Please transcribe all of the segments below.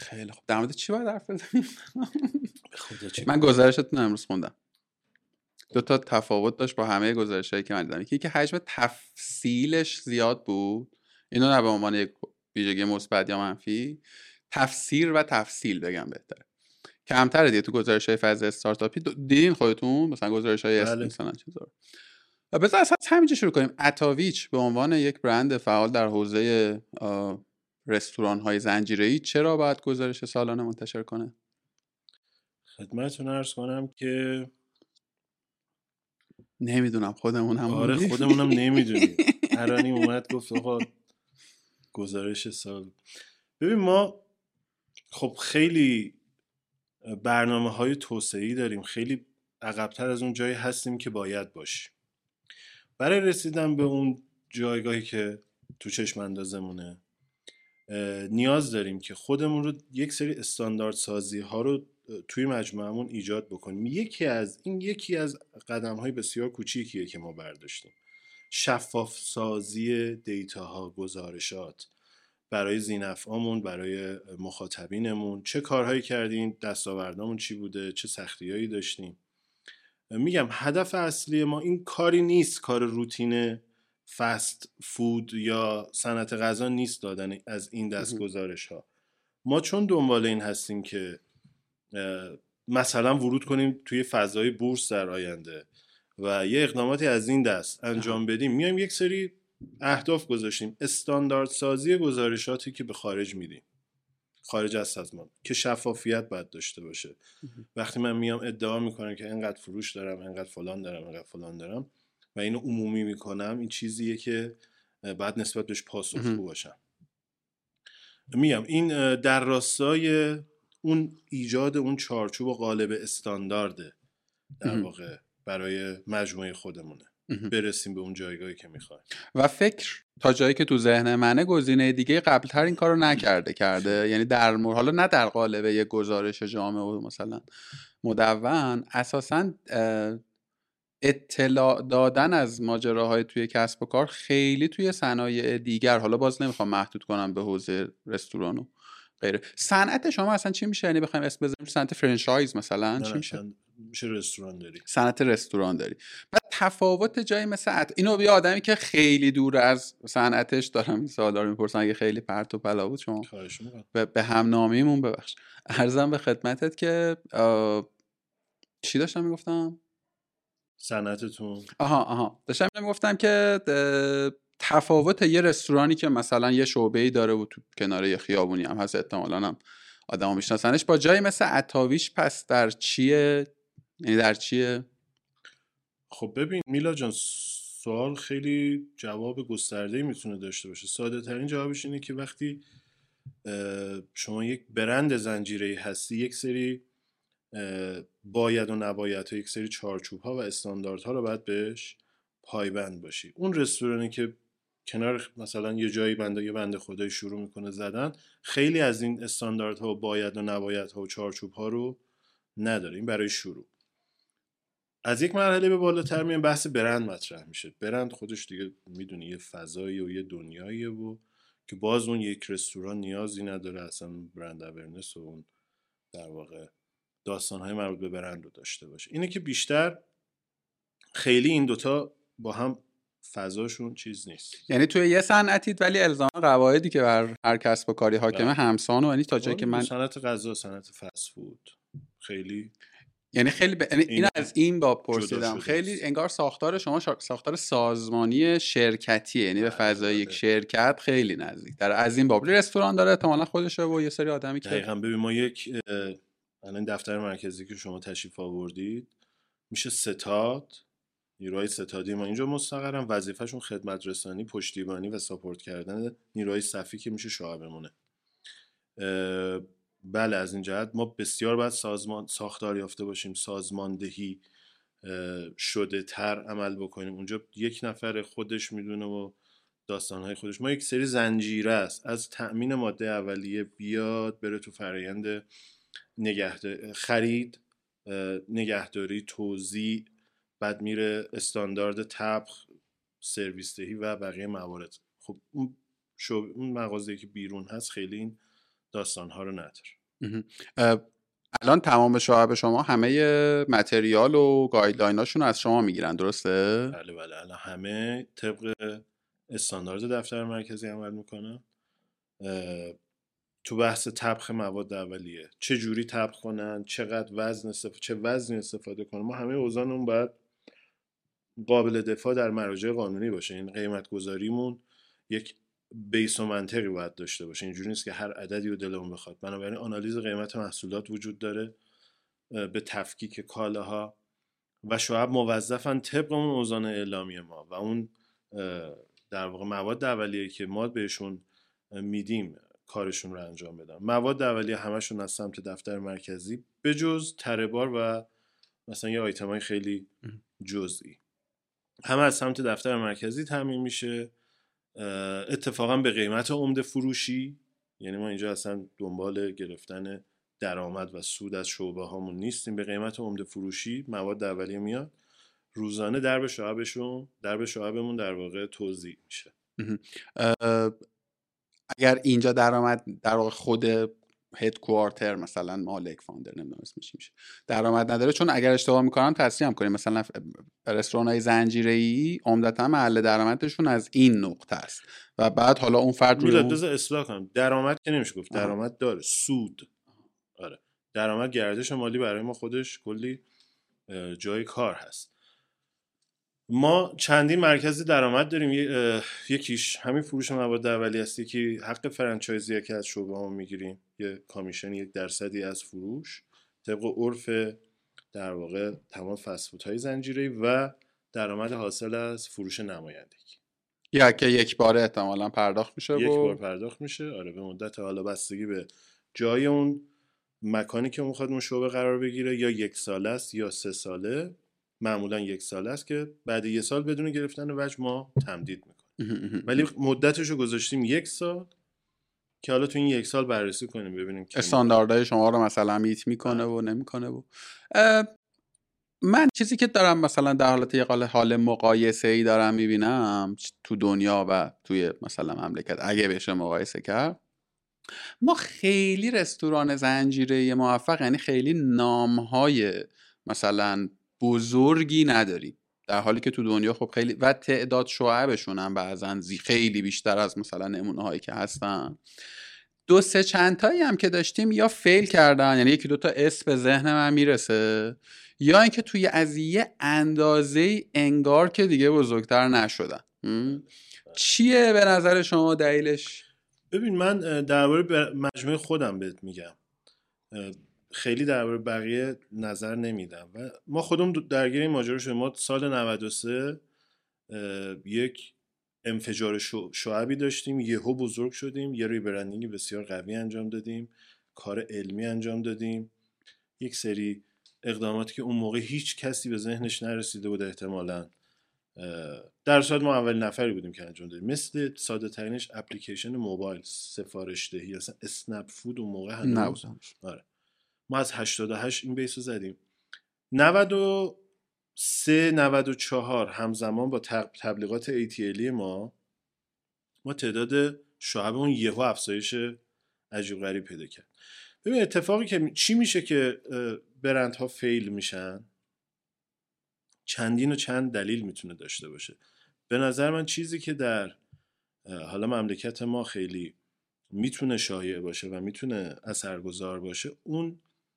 خیلی خوب، در مورد چی باید حرف بزنیم؟ خدا چه من گزارشتون امروز خوندم، 2 تا تفاوت داشت با همه گزارشایی که من دیدم. یکی که حجم تفصیلش زیاد بود، اینو نه به عنوان یک ویژگی مثبت یا منفی، تفسیر و تفصیل بگم بهتره، کمتره دیگه تو گزارش‌های فاز استارتاپی. دیدین خودتون مثلا گزارش‌های بله. مثلا چیزا رو؟ بذار اصلا همینجا شروع کنیم. اتاویچ به عنوان یک برند فعال در حوزه رستوران‌های زنجیره‌ای چرا باید گزارش سالانه منتشر کنه؟ خدمتتون عرض کنم که نمیدونم، خودمونم آره خودمونم نمیدونیم. هرانی اومد گفت آقا گزارش سال. ببین ما خب خیلی برنامه‌های توسعه‌ای داریم، خیلی عقب‌تر از اون جایی هستیم که باید باشیم. برای رسیدن به اون جایگاهی که تو چشم اندازمونه نیاز داریم که خودمون رو یک سری استاندارد سازی ها رو توی مجموعمون ایجاد بکنیم. یکی از قدم های بسیار کوچیکیه که ما برداشتیم. شفاف سازی دیتا ها، گزارشات برای ذی‌نفعامون، برای مخاطبینمون، چه کارهایی کردیم، دستاوردامون چی بوده، چه سختیایی داشتیم. میگم هدف اصلی ما این کاری نیست، کار روتین فست فود یا صنعت غذا نیست دادن از این دست گزارش ها. ما چون دنبال این هستیم که مثلا ورود کنیم توی فضای بورس در آینده و یه اقداماتی از این دست انجام بدیم، میایم یک سری اهداف گذاشتیم، استاندارد سازی گزارشاتی که به خارج میدیم، خارج از سازمان، که شفافیت باید داشته باشه. وقتی من میام ادعا میکنم که اینقدر فروش دارم، اینقدر فلان دارم، اینقدر فلان دارم و اینو عمومی میکنم، این چیزیه که باید نسبت بهش پاسخگو باشم. میگم این در راستای اون ایجاد اون چارچوب و قالب استاندارده در واقع برای مجموعه خودمونه برسیم به اون جایگاهی که میخوایم. و فکر تا جایی که تو ذهن منه گزینه دیگه قبلتر این کارو نکرده. یعنی در حالا نه در قالب یه گزارش جامع و مثلا مدون، اساساً اطلاع دادن از ماجراهای توی کسب و کار خیلی توی صنایع دیگر، حالا باز نمیخوام محدود کنم به حوزه رستوران و غیره. صنعت شما اصلا چی میشه؟ یعنی بخوایم اسم بزنیم صنعت فرانچایز مثلا چی میشه؟ میشه رستوران داری. صنعت رستوران داری. بعد تفاوت جایی مثل اینو یه آدمی که خیلی دور از صنعتش دارم این سوالا رو میپرسن، اگه خیلی پرت و پلا بود شما به هم نامیمون ببخش. عرضم به خدمتت که چی داشتم میگفتم؟ صنعتتون. داشتم میگفتم که تفاوت یه رستورانی که مثلا یه شعبه‌ای داره و تو کنار یه خیابونی هم هست، احتمالاً هم آدما میشناسنش، با جایی مثل اتاویچ پس در چیه؟ یعنی در چیه؟ خب ببین میلا جان، سوال خیلی جواب گسترده‌ای میتونه داشته باشه. ساده ترین جوابش اینه که وقتی شما یک برند زنجیره‌ای هستی، یک سری باید و نباید و یک سری چارچوب ها و استانداردها رو باید بهش پایبند باشی. اون رستورانی که کنار مثلا یه جایی بنده خدای شروع میکنه زدن، خیلی از این استانداردها و باید و نباید ها و چارچوب ها رو نداره. این برای شروع. از یک مرحله به بالاتر میان بحث برند مطرح میشه. برند خودش دیگه میدونی یه فضایی و یه دنیاییه و که باز اون یک رستوران نیازی نداره اصلا برند اورنس و اون در واقع داستان‌های مربوط به برند رو داشته باشه. اینه که بیشتر خیلی این دوتا با هم فضاشون چیز نیست. یعنی توی یه صنعتید ولی الزاما قواعدی که بر هر کسب و کاری حاکمه همسان و یعنی تا جایی که من صنعت غذا، صنعت فست فود خیلی اینو از این باب پرسیدم. خیلی است. انگار ساختار شما ساختار سازمانی شرکتیه، یعنی به فضای یک شرکت خیلی نزدیک. در از این باب رستوران داره احتمالاً خودشه و یه سری آدمی که دقیقاً. ببین ما یک الان دفتر مرکزی که شما تشریف آوردید میشه ستاد، نیروهای ستادی ما اینجا مستقرن، وظیفه‌شون خدمت رسانی، پشتیبانی و ساپورت کردن نیروهای صفی که میشه شعبمونه. بله از این جهت ما بسیار باید ساختار یافته باشیم، سازماندهی شده تر عمل بکنیم. اونجا یک نفر خودش میدونه و داستانهای خودش. ما یک سری زنجیره است از تأمین ماده اولیه بیاد بره تو فرآیند خرید، نگهداری، توزیع، بعد میره استاندارد طبخ، سرویس دهی و بقیه موارد. خب اون مغازه‌ای که بیرون هست خیلی این داستانها رو نداره. الان تمام شعب شما همه متریال و گایدلایناشون از شما میگیرن، درسته؟ بله الان همه طبق استاندارد دفتر مرکزی عمل میکنن. تو بحث طبخ مواد اولیه چه جوری طبخ کنن، چقدر چه وزنی استفاده کنن، ما همه اوزانمون باید قابل دفاع در مراجع قانونی باشه. این قیمت گذاریمون یک بیس و منطقی باید داشته باشه، اینجوری نیست که هر عددی رو دلمون بخواد. بنابراین آنالیز قیمت محصولات وجود داره به تفکیک کالاها و شعب موظفن طبق اون اوزان اعلامی ما و اون در واقع مواد اولیه که ما بهشون میدیم کارشون رو انجام بدن. مواد اولیه همشون از سمت دفتر مرکزی به جز تره بار و مثلا یه آیتمای خیلی جزئی همه از سمت دفتر مرکزی تامین میشه. اتفاقا به قیمت عمده فروشی، یعنی ما اینجا اصلا دنبال گرفتن درآمد و سود از شعبه هامون نیستیم، به قیمت عمده فروشی مواد اولیه میاد، روزانه درب شعبمون در واقع توزیع میشه. اگر اینجا درآمد در واقع خود هدکوارتر مثلا مالک فاوندر نمیدونم اسمش میشه درآمد نداره، چون اگر اشتباه میکنم تصحیح هم کنیم، مثلا رستوران‌های زنجیره‌ای عمدتا محل درآمدشون از این نقطه است و بعد حالا اون فرد روی اون اصلاح کنم، درآمد که نمیشه گفت، درآمد داره، سود. آره درآمد گردش مالی برای ما خودش کلی جای کار هست. ما چندین مرکز درآمد داریم، یکیش همین فروش مواد اولیه است، یکی حق فرانچایزی که از شعبه ها میگیریم، یه کامیشن 1% از فروش طبق عرف در واقع تمام فست فودهای زنجیره‌ای و درآمد حاصل از فروش نمایندگی که یک باره احتمالاً پرداخت میشه، یک بار پرداخت میشه. آره به مدت، حالا بستگی به جای اون مکانی که میخواد اون شعبه قرار بگیره، یا 1 ساله است یا 3 ساله. معمولا 1 ساله است که بعد 1 سال بدون گرفتن وجه ما تمدید میکنیم، ولی مدتشو گذاشتیم 1 سال که حالا تو این 1 سال بررسی کنیم ببینیم استانداردهای شما رو مثلا میت میکنه و نمیکنه. و من چیزی که دارم مثلا در حالت یه حال مقایسه ای دارم میبینم تو دنیا و توی مثلا مملکت، اگه بشه مقایسه کرد، ما خیلی رستوران زنجیره‌ای موفق، یعنی خیلی نامهای مثلا بزرگی نداریم، در حالی که تو دنیا خب خیلی، و تعداد شعبشون هم بعضن خیلی بیشتر از مثلا نمونه هایی که هستن. 2-3 چند تایی هم که داشتیم یا فیل کردن، یعنی 1-2 تا اسم به ذهن من میرسه، یا اینکه توی از یه اندازه انگار که دیگه بزرگتر نشدن. چیه به نظر شما دلیلش؟ ببین من درباره مجموعه خودم بهت میگم، خیلی درباره بقیه نظر نمیدم و ما خودمون درگیر این ماجرا شدیم. ما سال 93 یک انفجار شعبی داشتیم، یهو بزرگ شدیم، یه ریبرندینگ بسیار قوی انجام دادیم، کار علمی انجام دادیم، یک سری اقداماتی که اون موقع هیچ کسی به ذهنش نرسیده بود احتمالاً، در صورت ما اول نفری بودیم که انجام دادیم. مثل ساده ترینش اپلیکیشن موبایل سفارش دهی، اصلا اسنپ فود اون موقع هنوز آره. ما از 88 این بیس رو زدیم. 93 94 همزمان با تبلیغات ATL ما تعداد شعبمون یهو افزایش عجیب غریب پیدا کرد. ببین اتفاقی که چی میشه که برندها فیل میشن، چندین و چند دلیل میتونه داشته باشه. به نظر من چیزی که در حالا مملکت ما خیلی میتونه شایع باشه و میتونه اثرگذار باشه، اون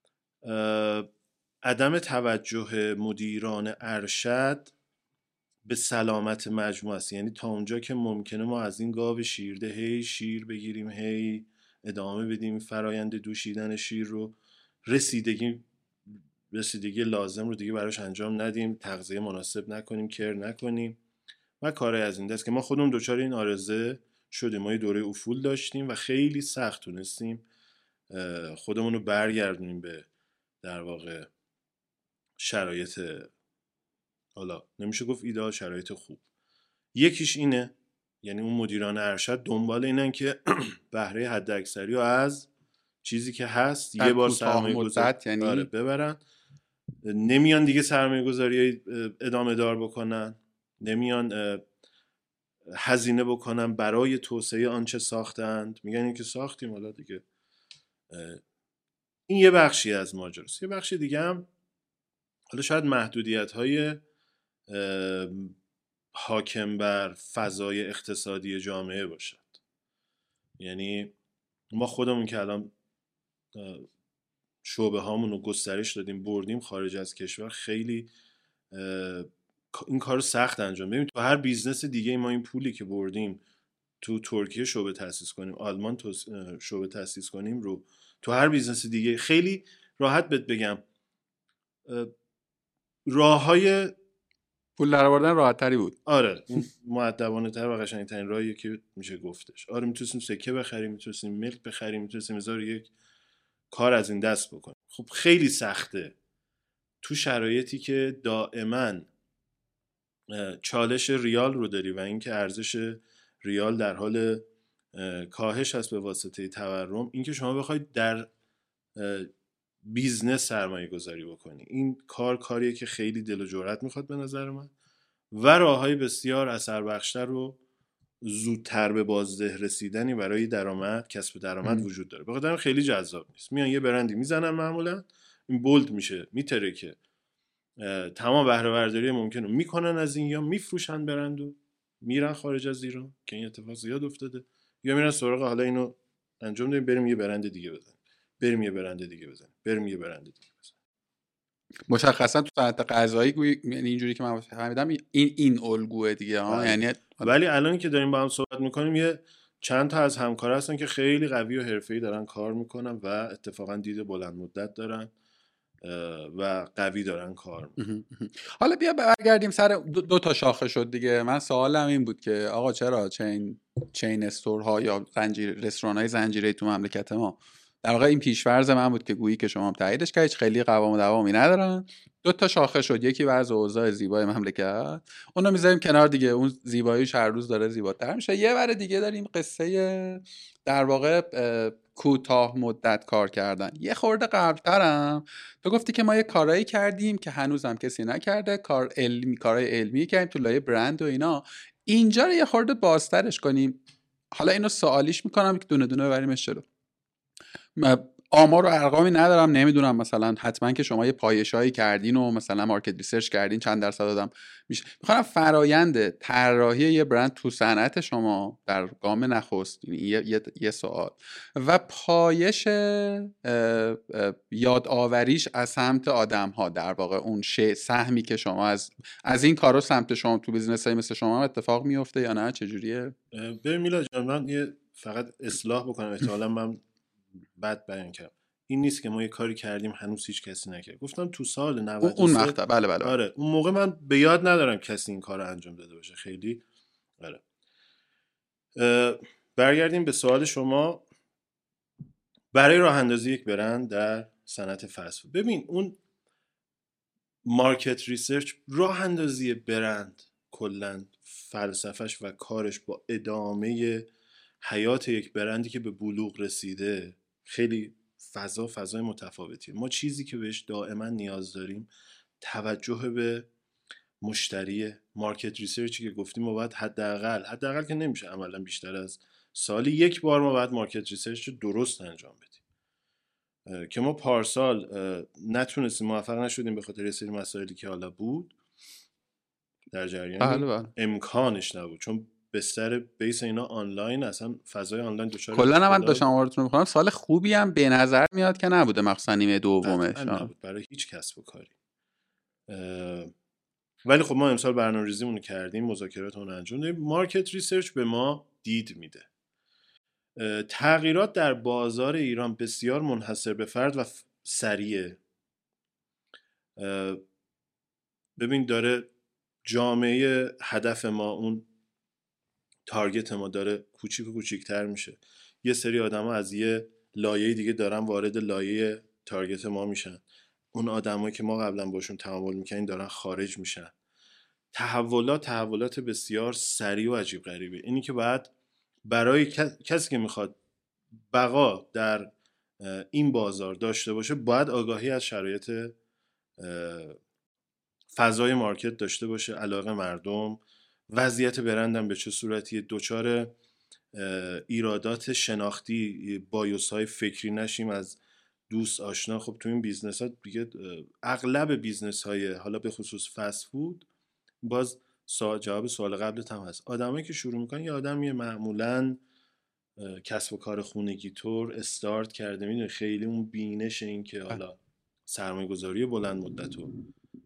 عدم توجه مدیران ارشد به سلامت مجموعه است. یعنی تا اونجا که ممکنه ما از این گاو شیرده هی شیر بگیریم، هی ادامه بدیم فرایند دوشیدن شیر رو، رسیدگی لازم رو دیگه براش انجام ندیم، تغذیه مناسب نکنیم، کر نکنیم و کارهای از این دست که ما خودمون دوچار این آرزه شدیم. ما یه دوره افول داشتیم و خیلی سخت تونستیم خودمون رو برگردونیم به در واقع شرایط، حالا نمیشه گفت ایدئال، شرایط خوب. یکیش اینه، یعنی اون مدیران ارشد دنبال اینن که بهره حد اکثری رو از چیزی که هست یه بار سرمایه گذاری یعنی ببرن، نمیان دیگه سرمایه گذاری ادامه دار بکنن، نمیان هزینه بکنن برای توسعه آنچه ساختند، میگن این که ساختیم حالا دیگه این یه بخشی از ماجراست. یه بخش دیگه هم حالا شاید محدودیت‌های حاکم بر فضای اقتصادی جامعه باشد. یعنی ما خودمون که الان شعبه هامون رو گسترش دادیم، بردیم خارج از کشور، خیلی این کارو سخت انجام بدیم. تو هر بیزنس دیگه ما این پولی که بردیم تو ترکیه شعبه تأسیس کنیم، آلمان شعبه تأسیس کنیم، رو تو هر بیزنس دیگه خیلی راحت بهت بگم راههای پول در آوردن راحت تری بود. آره، این مؤدبانه تر و قشنگ ترین راهیه که میشه گفتش. آره، میتونستیم سکه بخریم، میتونستیم ملک بخریم، میتونستیم 1001 کار از این دست بکنیم. خب خیلی سخته تو شرایطی که دائما چالش ریال رو داری و اینکه ارزش ریال در حال کاهش هست به واسطه تورم، اینکه شما بخواید در بیزنس سرمایه گذاری بکنی، این کاریه که خیلی دل و جرأت میخواد به نظر من و راههای بسیار اثر بخشتر و زودتر به بازده رسیدنی برای درآمد، کسب درآمد وجود داره. بخاطر خیلی جذاب نیست. میان یه برندی میزنن، معمولا این بولد میشه، میترکه، تمام بهره برداری ممکنه میکنن از این، یا میفروشن برندو میرن خارج از ایران که این اتفاق زیاد افتاده، یا میرن سراغ حالا اینو انجام بدیم، بریم یه برند دیگه بزنیم، بریم یه برند دیگه بزنیم، بریم یه برند دیگه بزنیم. مشخصا تو صنعت غذایی یعنی اینجوری که من فهمیدم این الگوه دیگه ها. یعنی ولی الان که داریم با هم صحبت میکنیم یه چند تا از همکارا هستن که خیلی قوی و حرفه‌ای دارن کار میکنن و اتفاقا دید بلند مدت دارن و قوی دارن کار میکنن. حالا بیا برگردیم سر دو تا شاخه شد دیگه. من سوالم این بود که آقا چرا چین استورها یا رستوران‌های زنجیره‌ای تو مملکت ما، در واقع این پیش‌فرض من بود که گویی که شما هم تاییدش کردید، خیلی قوام و دوامی ندارن. دو تا شاخه شد، یکی وضع اوضاع زیبای مملکت، اونو میذاریم کنار دیگه، اون زیباییش هر روز داره زیباتر میشه. یه بره دیگه داریم قصه در واقع کوتاه مدت کار کردن. یه خورده قبلترم تو گفتی که ما یه کارایی کردیم که هنوزم کسی نکرده، کارهای علمی کردیم تو لایه برند و اینا. اینجا رو یه خورده بازترش کنیم. حالا اینو سوالیش میکنم که دونه دونه ببریمش جلو. آمار و ارقامی ندارم، نمیدونم مثلا حتما که شما یه پایشایی کردین و مثلا مارکت ریسرچ کردین چند درصد آدم میشه. میخوام فرآیند طراحی یه برند تو صنعت شما در گام نخست، یه سوال، و پایش یادآوریش از سمت آدم ها، در واقع اون سهمی که شما از این کارا سمت شما تو بیزنس های مثل شما اتفاق میفته یا نه؟ چجوریه؟ ببین میلاد جان، من یه فقط اصلاح بکنم، احتمالاً من بد بیان کردم. این نیست که ما یه کاری کردیم هنوز هیچ کسی نکرد. گفتم تو سال 93 اون مقطع. بله. آره، اون موقع من به یاد ندارم کسی این کار رو انجام داده باشه خیلی. آره. برگردیم به سوال شما. برای راه اندازی یک برند در صنعت فست فود، ببین اون مارکت ریسرچ، راه اندازی برند کلا فلسفهش و کارش با ادامه حیات یک برندی که به بلوغ رسیده خیلی فضای متفاوتیه. ما چیزی که بهش دائما نیاز داریم توجه به مشتریه. مارکت ریسرچی که گفتیم ما باید حداقل که نمیشه عملا بیشتر از سالی یک بار ما باید مارکت ریسرچ رو درست انجام بدیم که ما پارسال نتونستیم، موفق نشدیم به خاطر یه سری مسائلی که حالا بود در جریان. امکانش نبود چون بستر بیس اینا آنلاین، اصلا فضای آنلاین دچار کلا من داشتم آمارتون می‌خونم، سال خوبی هم به نظر میاد که نبوده، مخصوصا نیمه دومش نبود برای هیچ کسب و کاری. ولی خب ما امسال برنامه‌ریزیمون رو کردیم، مذاکراتمون رو انجام دادیم. مارکت ریسرچ به ما دید میده. تغییرات در بازار ایران بسیار منحصر به فرد و سریعه. ببین داره جامعه هدف ما، اون تارگت ما داره کوچیک‌تر میشه. یه سری آدما از یه لایه دیگه دارن وارد لایه تارگت ما میشن. اون آدمایی که ما قبلا باشون تعامل میکنیم دارن خارج میشن. تحولات بسیار سریع و عجیب غریبه. اینی که بعد برای کسی که میخواد بقا در این بازار داشته باشه باید آگاهی از شرایط فضای مارکت داشته باشه، علاقه مردم، وضعیت برندم به چه صورتیه، دوچار ایرادات شناختی بایوس های فکری نشیم از دوست آشنا. خب تو این بیزنس ها دیگه اغلب بیزنس های حالا به خصوص فست فود، باز جواب سوال قبلت هم هست، آدمایی که شروع میکنن یه آدمیه معمولاً کسب و کار خونگی طور استارت کرده، میدونی خیلی اون بینش این که حالا سرمایه گذاری بلند مدت و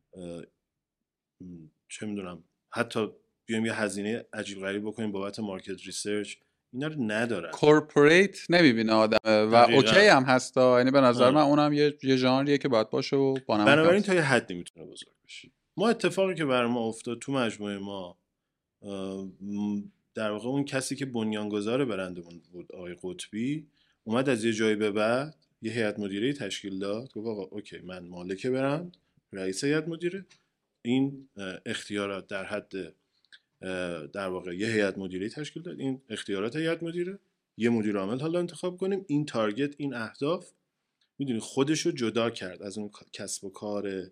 چه میدونم حتی بیایم یه هزینه عجیب غریب بکنیم بابت مارکت ریسرچ، اینا رو ندارن. کورپوریت نمیبینه آدم و اوکی هم هستا، یعنی به نظر من اونم یه ژانریه که باید باشه و با نمک بنابراین تا یه حد نمیتونه بزرگ بشه. ما اتفاقی که برای ما افتاد تو مجموعه ما، در واقع اون کسی که بنیانگذار برندمون بود آقای قطبی اومد از یه جایی به بعد یه هیئت مدیره تشکیل داد، گفت آقا اوکی من مالک برند، رئیس هیئت مدیره، این اختیارات در حد در واقع یه هیئت مدیره تشکیل داد، این اختیارات هیئت مدیره، یه مدیر عامل حالا انتخاب کنیم، این تارگت، این اهداف، میدونی خودش رو جدا کرد از اون کسب و کار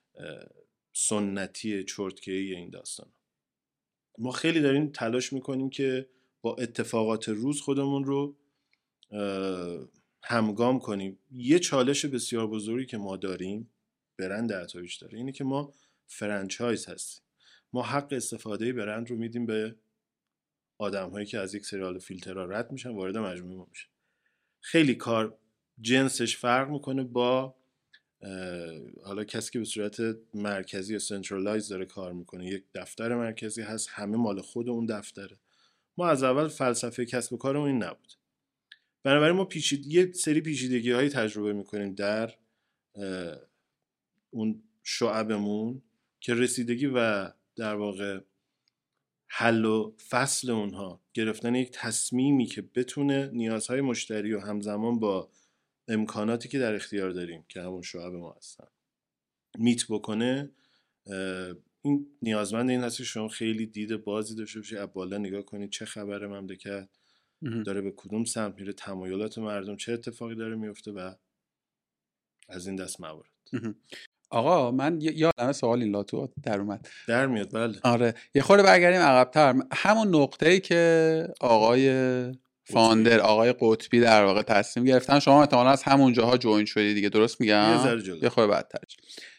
سنتی چرتکه‌ای این داستان. ما خیلی داریم تلاش میکنیم که با اتفاقات روز خودمون رو همگام کنیم. یه چالش بسیار بزرگی که ما داریم، برند عطاریش داره، اینه که ما فرانچایز هستیم. ما حق استفاده برند رو میدیم به آدم‌هایی که از یک سری فیلترها رد میشن وارد مجموعه ما میشن. خیلی کار جنسش فرق میکنه با حالا کسی که به صورت مرکزی یا سنترالایز داره کار میکنه، یک دفتر مرکزی هست همه مال خود اون دفتره. ما از اول فلسفه کسب و کارمون این نبود، بنابراین ما یه سری پیچیدگی هایی تجربه میکنیم در اون شعبمون که رسیدگی و در واقع حل و فصل اونها، گرفتن یک تصمیمی که بتونه نیازهای مشتری و همزمان با امکاناتی که در اختیار داریم که همون شعب ما هستن میت بکنه، این نیازمند این هست که شما خیلی دید بازی داشته باشید، از بالا نگاه کنید چه خبر مملکت داره به کدوم سمت میره، تمایلات مردم چه اتفاقی داره میفته و از این دست موارد. آقا من یه عالمه سوال این لاتو در اومد در میاد. بله آره یه خورده برگردیم عقب‌تر، همون نقطه‌ای که آقای فاندر آقای قطبی در واقع تصمیم گرفتن، شما احتمالاً از همون جاها جوین شدی دیگه، درست میگم؟ یه ذره جلو، یه خورده بعدترش.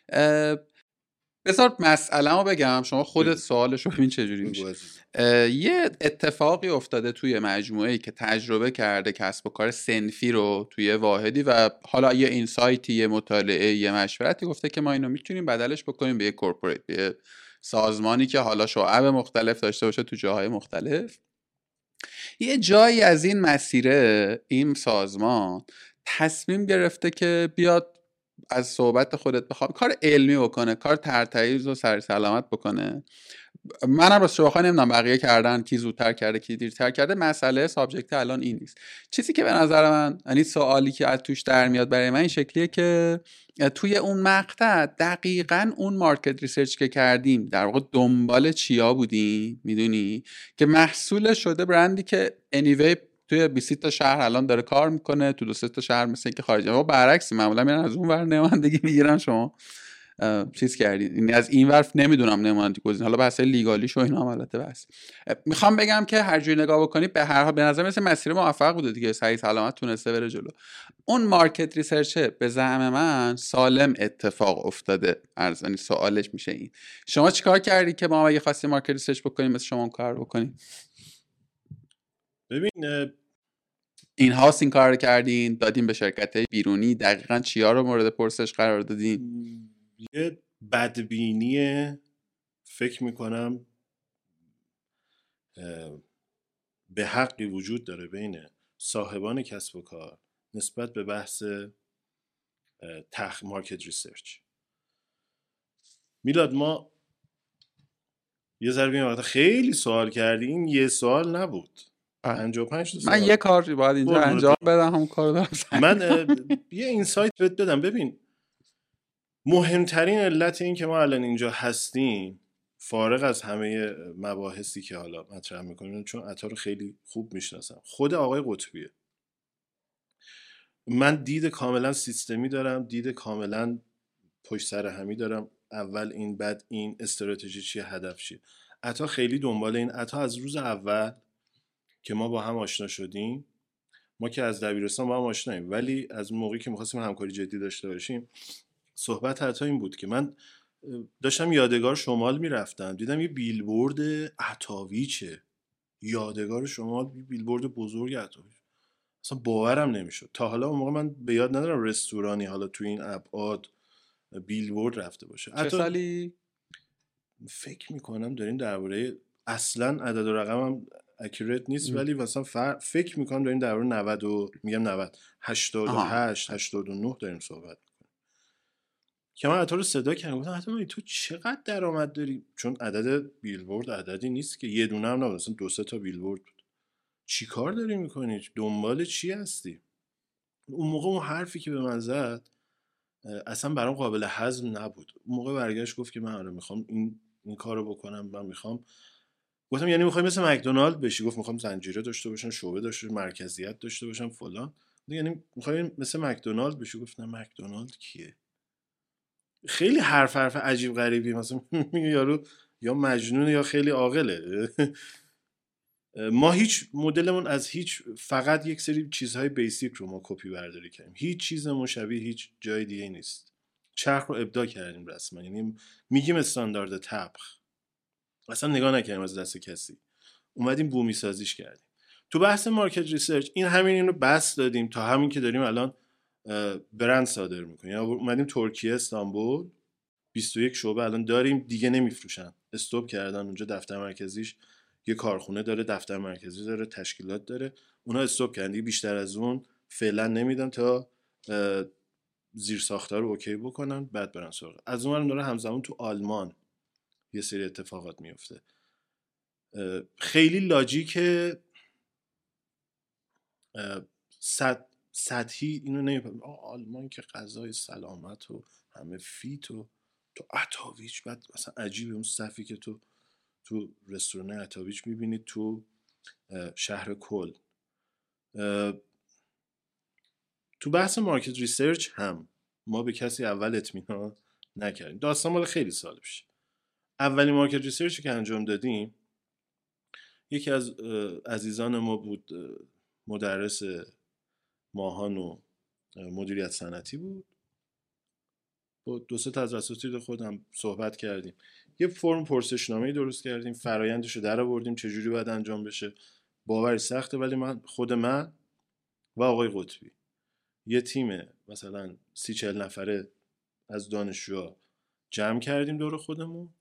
بذار مسئله‌مو بگم، شما خودت سوالش رو ببین چجوری میشه. یه اتفاقی افتاده توی مجموعه‌ای که تجربه کرده کسب و کار صنفی رو توی واحدی و حالا یه اینسایتی، یه مطالعه، یه مشورتی گفته که ما اینو میتونیم بدلش بکنیم به یه کورپوریت، به یه سازمانی که حالا شعب مختلف داشته باشه تو جاهای مختلف. یه جایی از این مسیره این سازمان تصمیم گرفته که بیاد از صحبت خودت بخوام کار علمی بکنه، کار ترتعیض و سر سلامت بکنه. منم راستش بخوام نمیدونم بقیه کردن کی زودتر کرده کی دیرتر کرده، مسئله سابجکت الان این نیست. چیزی که به نظر من، یعنی سوالی که از توش در میاد برای من این شکلیه که توی اون مقطع دقیقاً اون مارکت ریسرچ که کردیم در واقع دنبال چیا بودیم، میدونی که محصول شده برندی که anyway توی 20 تا شهر الان داره کار میکنه، تو 2 تا شهر مثل که خارجی. ما برعکس معمولا میرن از اون ور نمایندگی میگیرن، شما چیز کردید این از این ورف نمیدونم نمایندگی گزین، حالا بحث لیگالیش و اینا هم البته بس. میخوام بگم که هر جوری نگاه بکنی به هر حال به نظر مثل مسیر موفق بوده دیگه، صحیح سلامت تونسته بره جلو. اون مارکت ریسرچ به زعم من سالم اتفاق افتاده. ارزانی سوالش میشه این، شما چیکار کردی که ما اگه خواستیم مارکت ریسرچ بکنیم مثل شما کار بکنیم؟ ببین این هاوس این کار رو کردین، دادین به شرکت‌های بیرونی، دقیقاً چیا رو مورد پرسش قرار دادین؟ یه بدبینی فکر میکنم به حقی وجود داره بین صاحبان کسب و کار نسبت به بحث مارکت ریسرچ. میلاد ما یه ذره بیم وقتا خیلی سوال کردیم، این یه سوال نبود، 55 تا سوال. من یه کار باید اینجا انجام بدم، همون کارو دارم. من یه اینسایت بهت بدم. ببین مهمترین علت این که ما الان اینجا هستیم، فارغ از همه مباحثی که حالا مطرح میکنیم، چون عطا رو خیلی خوب میشناسم، خود آقای قطبیه. من دید کاملا سیستمی دارم، دید کاملا پشت سر همی دارم، اول این بعد این، استراتژی چیه، هدف چیه. عطا خیلی دنبال این. عطا از روز اول که ما با هم آشنا شدیم. ما که از دبیرستان با هم آشناییم، ولی از موقعی که می‌خواستیم همکاری جدی داشته باشیم صحبت حتی این بود که من داشتم یادگار شمال میرفتم، دیدم یه بیلبورد عطاویچه، یادگار شمال، بیلبورد بزرگ عطاویچ، اصلا باورم نمیشد. تا حالا اون موقع من به یاد ندارم رستورانی حالا تو این ابعاد بیلبورد رفته باشه. چه سالی؟ فکر میکنم داریم درباره، اصلا عدد و رقمم اکورت نیست ولی مثلا فکر میکنم داریم درباره 90 و میگم 90 88 89 داریم صحبت میکنیم که من عطا رو صدا کردم، گفتم عطا تو چقدر درآمد داری؟ چون عدد بیلبورد عددی نیست که یه دونه هم نبود، مثلا 2-3 تا بیلبورد بود. چی کار داری میکنی؟ دنبال چی هستی؟ اون موقع اون حرفی که به من زد اصلا برام قابل هضم نبود. اون موقع برگشت گفت که من آره میخوام این کارو بکنم، من میخوام. گفتم یعنی میخوای مثل مکدونالد بشی؟ گفت میخوام زنجیره داشته باشم، شعبه داشته باشم، مرکزیت داشته باشم فلان. یعنی میخوای مثل مکدونالد بشی؟ گفتم مکدونالد کیه؟ خیلی حرف عجیب غریبی، مثلا یارو یا مجنونه یا خیلی عاقله. ما هیچ مدلمون از هیچ، فقط یک سری چیزهای بیسیک رو ما کپی برداری کردیم، هیچ چیزمون شبیه هیچ جای دیگه نیست. چرخ رو ابداع کردیم رسما، یعنی میگیم استاندارد طبخ، اصلا نگاه نکردیم از دست کسی، اومدیم بومی سازیش کردیم. تو بحث مارکت ریسرچ اینو بس دادیم تا همین که داریم الان برند صادر میکنیم. یعنی اومدیم ترکیه، استانبول 21 شعبه الان داریم، دیگه نمیفروشن، استوب کردن اونجا. دفتر مرکزیش یه کارخونه داره، دفتر مرکزی داره، تشکیلات داره، اونا استوب کردن دیگه، بیشتر از اون فعلا نمیدن تا زیر ساختار رو اوکی بکنن بعد برن سراغ. از اونم داره همزمان تو آلمان یه سری اتفاقات میفته. خیلی لاجیک سطحی اینو نمیفهم. آلمان که غذای سلامت و همه فیت و تو عطاویچ، بعد مثلا عجیبه اون صفی که تو رستوران عطاویچ میبینید تو شهر کل. تو بحث مارکت ریسرچ هم ما به کسی اول اطمینان نکردیم. داستان مال خیلی سال پیش. اولین مارکت ریسرچی که انجام دادیم یکی از عزیزان ما بود، مدرس ماهان و مدیریت صنعتی بود. با 2-3 تا از اساتید خودم صحبت کردیم، یه فرم پرسشنامه‌ای درست کردیم، فرآیندش رو درآوردیم چجوری باید انجام بشه. باوری سخته، ولی خود من و آقای قطبی یه تیم مثلا 30-40 نفره از دانشجوها جمع کردیم دور خودمون.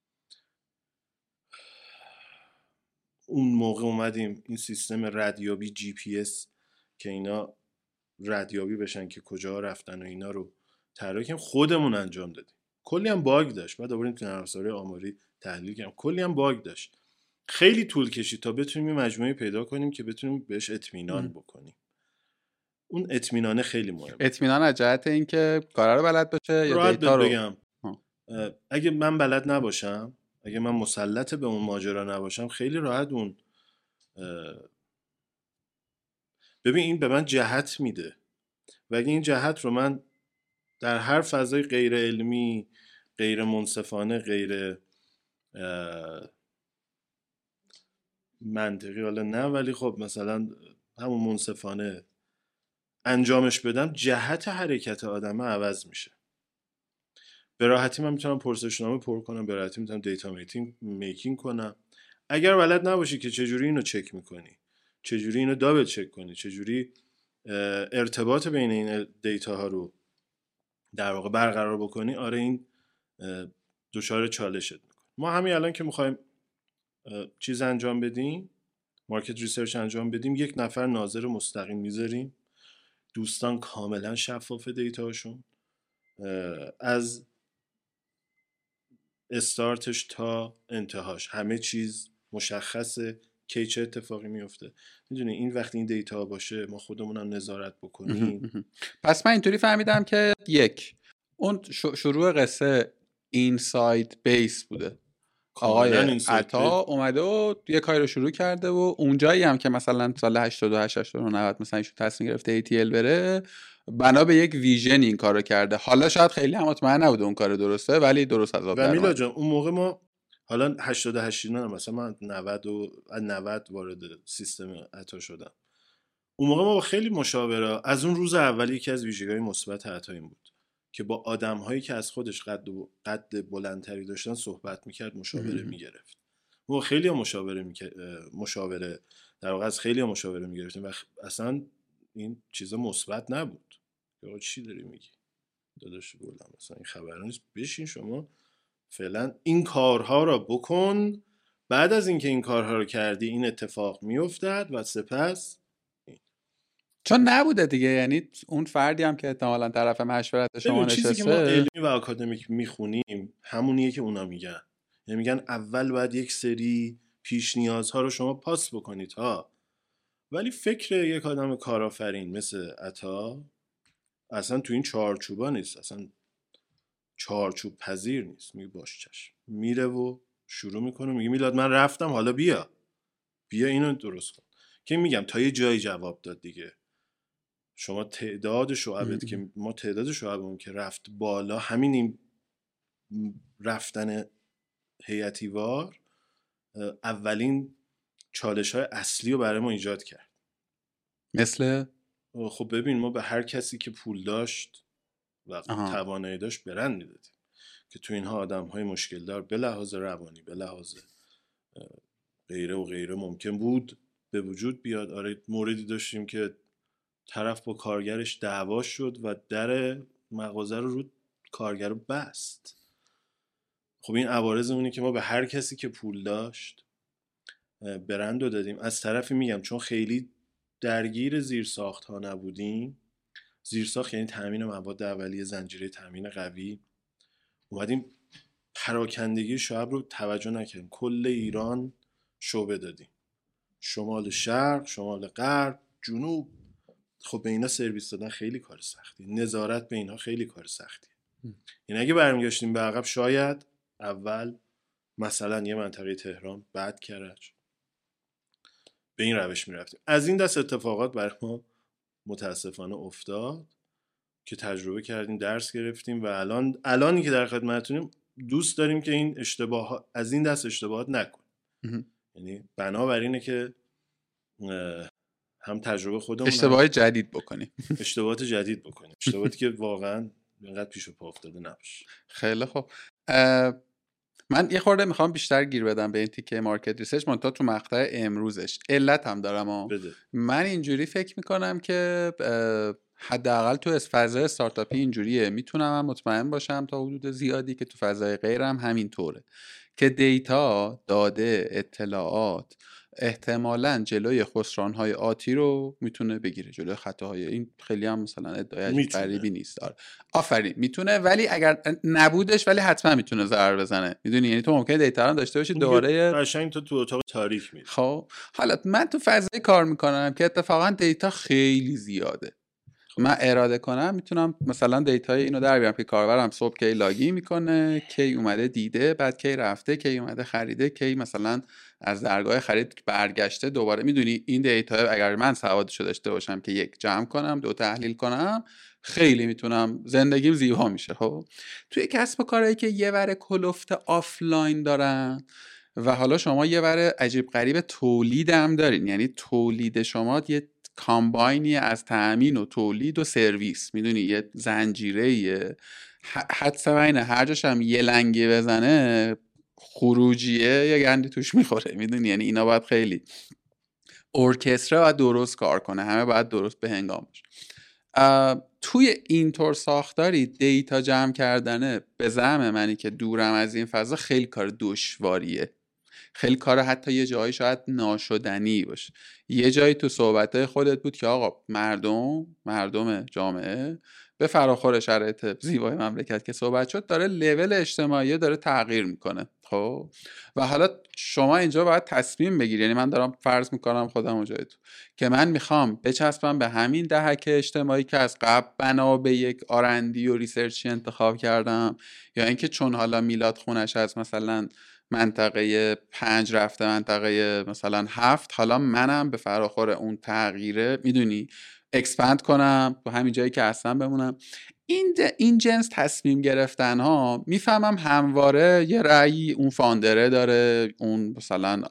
اون موقع اومدیم این سیستم ردیابی GPS که اینا ردیابی بشن که کجا رفتن و اینا رو طراحی کردیم، خودمون انجام دادیم. کلی هم باگ داشت، بعد آوردیم تو نرم افزار آماری تحلیل کردیم، کلی هم باگ داشت. خیلی طول کشید تا بتونیم یه مجموعه پیدا کنیم که بتونیم بهش اطمینان بکنیم. اون اطمینانه خیلی مهمه. اطمینان از جهت اینکه کارا رو بلد باشه یا دیتا رو بگم. اگه من بلد نباشم، اگه من مسلط به اون ماجرا نباشم، خیلی راحت اون ببین این به من جهت میده و اگه این جهت رو من در هر فضای غیر علمی، غیر منصفانه، غیر منطقی، حالا نه ولی خب مثلا همون منصفانه انجامش بدم، جهت حرکت آدمه عوض میشه. به راحتی من میتونم پرسشنامه پر کنم، به راحتی میتونم دیتا میکینگ کنم. اگر بلد نباشی که چجوری اینو چک میکنی، چجوری اینو دابل چک کنی، چجوری ارتباط بین این دیتا ها رو در واقع برقرار بکنی، آره این دچار چالشت میکنه. ما همین الان که میخوایم چیز انجام بدیم، مارکت ریسرچ انجام بدیم، یک نفر ناظر مستقیم میذاریم، دوستان کاملا شفاف دیتاشون، از استارتش تا انتهاش همه چیز مشخصه که چه اتفاقی میفته. میدونی این وقتی این دیتا باشه ما خودمونم نظارت بکنیم. پس من اینطوری فهمیدم که یک، اون شروع قصه اینساید بیس بوده، آقای عطا اومده و یه کاری رو شروع کرده و اونجایی هم که مثلا سال 88 89 90 مثلا ایشون تصمیم گرفته ATL بره، بنا به یک ویژن این کارو کرده. حالا شاید خیلی هم مطمئن نبوده اون کار درسته، ولی درست از آب در اومد. و میلا جان اون موقع ما حالا 88 نه، مثلا من 90 وارد سیستم عطا شدم. اون موقع ما با خیلی مشاوره، از اون روز اولی یکی از ویژگی‌های مثبت عطا این بود که با آدم‌هایی که از خودش قد بلندتری داشتن صحبت می‌کرد، مشاوره می‌گرفت. ما خیلی مشاوره در واقع از خیلی مشاوره می‌گرفتیم و اصلا این چیزا مثبت نبود. یا چی داری میگی داداش گلم، مثلا این خبر نیست، بشین شما فعلا این کارها را بکن، بعد از اینکه این کارها رو کردی این اتفاق میافتد و سپس چون نبوده دیگه. یعنی اون فردی هم که احتمالاً طرف مشورت شما نشسته، چیزی که ما علمی و آکادمیک میخونیم همونیه که اونا میگن. یعنی میگن اول باید یک سری پیش نیازها رو شما پاس بکنید ها، ولی فکر یک آدم کارآفرین مثل عطا اصلا تو این چارچوبا نیست، اصلا چارچوب پذیر نیست. میگه باش چشم، میره و شروع میکنه، میگه میلاد من رفتم، حالا بیا اینو درست کن. که میگم تا یه جایی جواب داد دیگه. شما تعداد شعبت که ما تعداد شعبمون که رفت بالا، همین این رفتن هیئتیوار اولین چالش های اصلی رو برای ما ایجاد کرد. مثل خب ببین، ما به هر کسی که پول داشت و توانایی داشت برند میدادیم که تو اینها آدم های مشکل دار به لحاظ روانی به لحاظ غیره و غیره ممکن بود به وجود بیاد. آره موردی داشتیم که طرف با کارگرش دعوا شد و در مغازه رو کارگر رو بست. خب این عوارض اونی که ما به هر کسی که پول داشت برند رو دادیم. از طرفی میگم چون خیلی درگیر زیرساخت ها نبودیم، زیرساخت یعنی تامین مواد اولیه، زنجیره تامین قوی، اومدیم پراکندگی شعب رو توجه نکردیم، کل ایران شعبه دادیم، شمال شرق، شمال غرب، جنوب. خب به اینا سرویس دادن خیلی کار سختی، نظارت به اینها خیلی کار سختیه. یعنی اگه برمیگشتیم به عقب، شاید اول مثلا یه منطقه تهران، بعد کرج، به این روش میرفتیم. از این دست اتفاقات برای ما متاسفانه افتاد که تجربه کردیم، درس گرفتیم و الانی که در خدمتتونیم دوست داریم که این اشتباهات، از این دست اشتباهات نکنیم. یعنی بنابراینه که هم تجربه خودمون اشتباهات جدید بکنیم اشتباهاتی که واقعا اینقدر پیش و پا افتاده نباشه. خیلی خوب. من یه خورده میخوام بیشتر گیر بدم به این تیکه مارکت ریسرچ، منتها تو مقطع امروزش علت هم دارم. من اینجوری فکر میکنم که حداقل تو فضای استارتاپی اینجوریه، میتونم مطمئن باشم تا حدود زیادی که تو فضای غیرم همینطوره که دیتا، داده، اطلاعات احتمالاً جلوی خسران‌های آتی رو میتونه بگیره، جلوی خطاهای. این خیلی هم مثلا ادعای غریبی نیست. آفرین میتونه، ولی اگر نبودش ولی حتما میتونه ضرر بزنه. میدونی، یعنی تو ممکنه دیتا رو داشته باشی دوباره قشنگ تو اتاق تاریک میری. خب حالا من تو فضای کار میکنم که اتفاقا دیتا خیلی زیاده. من اراده کنم میتونم مثلا دیتای اینو در بیارم که کاربرم صبح کی لاگین میکنه، کی اومده دیده، بعد کی رفته، کی اومده خریده، کی مثلا از درگاه خرید برگشته دوباره. میدونی این دیتا اگر من سوادشو داشته باشم که یک جمع کنم، دو تحلیل کنم، خیلی میتونم زندگیم زیبا میشه. خب توی کسب و کارهایی که یه ور کلفت آفلاین دارن و حالا شما یه ور عجیب غریب تولید هم دارین، یعنی تولید شما یه کامباینی از تأمین و تولید و سرویس، میدونی یه زنجیره، حدس اینه هر جاش هم یه لنگی بزنه خروجیه یه گندی توش میخوره. میدونی یعنی اینا باید خیلی ارکسترا باید درست کار کنه، همه باید درست به هنگام باشه. توی اینطور ساختاری دیتا جمع کردنه به زعم منی که دورم از این فضا خیلی کار دشواریه، خیلی کار حتی یه جایی شاید ناشدنی باشه. یه جایی تو صحبتهای خودت بود که آقا مردم جامعه به فراخور شرایط زیبای مملکت که صحبت شد داره لول اجتماعی داره تغییر میکنه. خب و حالا شما اینجا باید تصمیم بگیری، یعنی من دارم فرض میکنم خودم اونجای تو که من میخوام بچسبم به همین دهک اجتماعی که از قبل بنا به یک آرندی و ریسرچی انتخاب کردم، یا اینکه چون حالا میلاد خونش از مثلا منطقه 5 رفته منطقه مثلا 7، حالا منم به فراخور اون تغییره میدونی اکسپند کنم تو همین جایی که اصلا بمونم. این جنس تصمیم گرفتن ها میفهمم همواره یه رأی اون فاندره داره، اون مثلا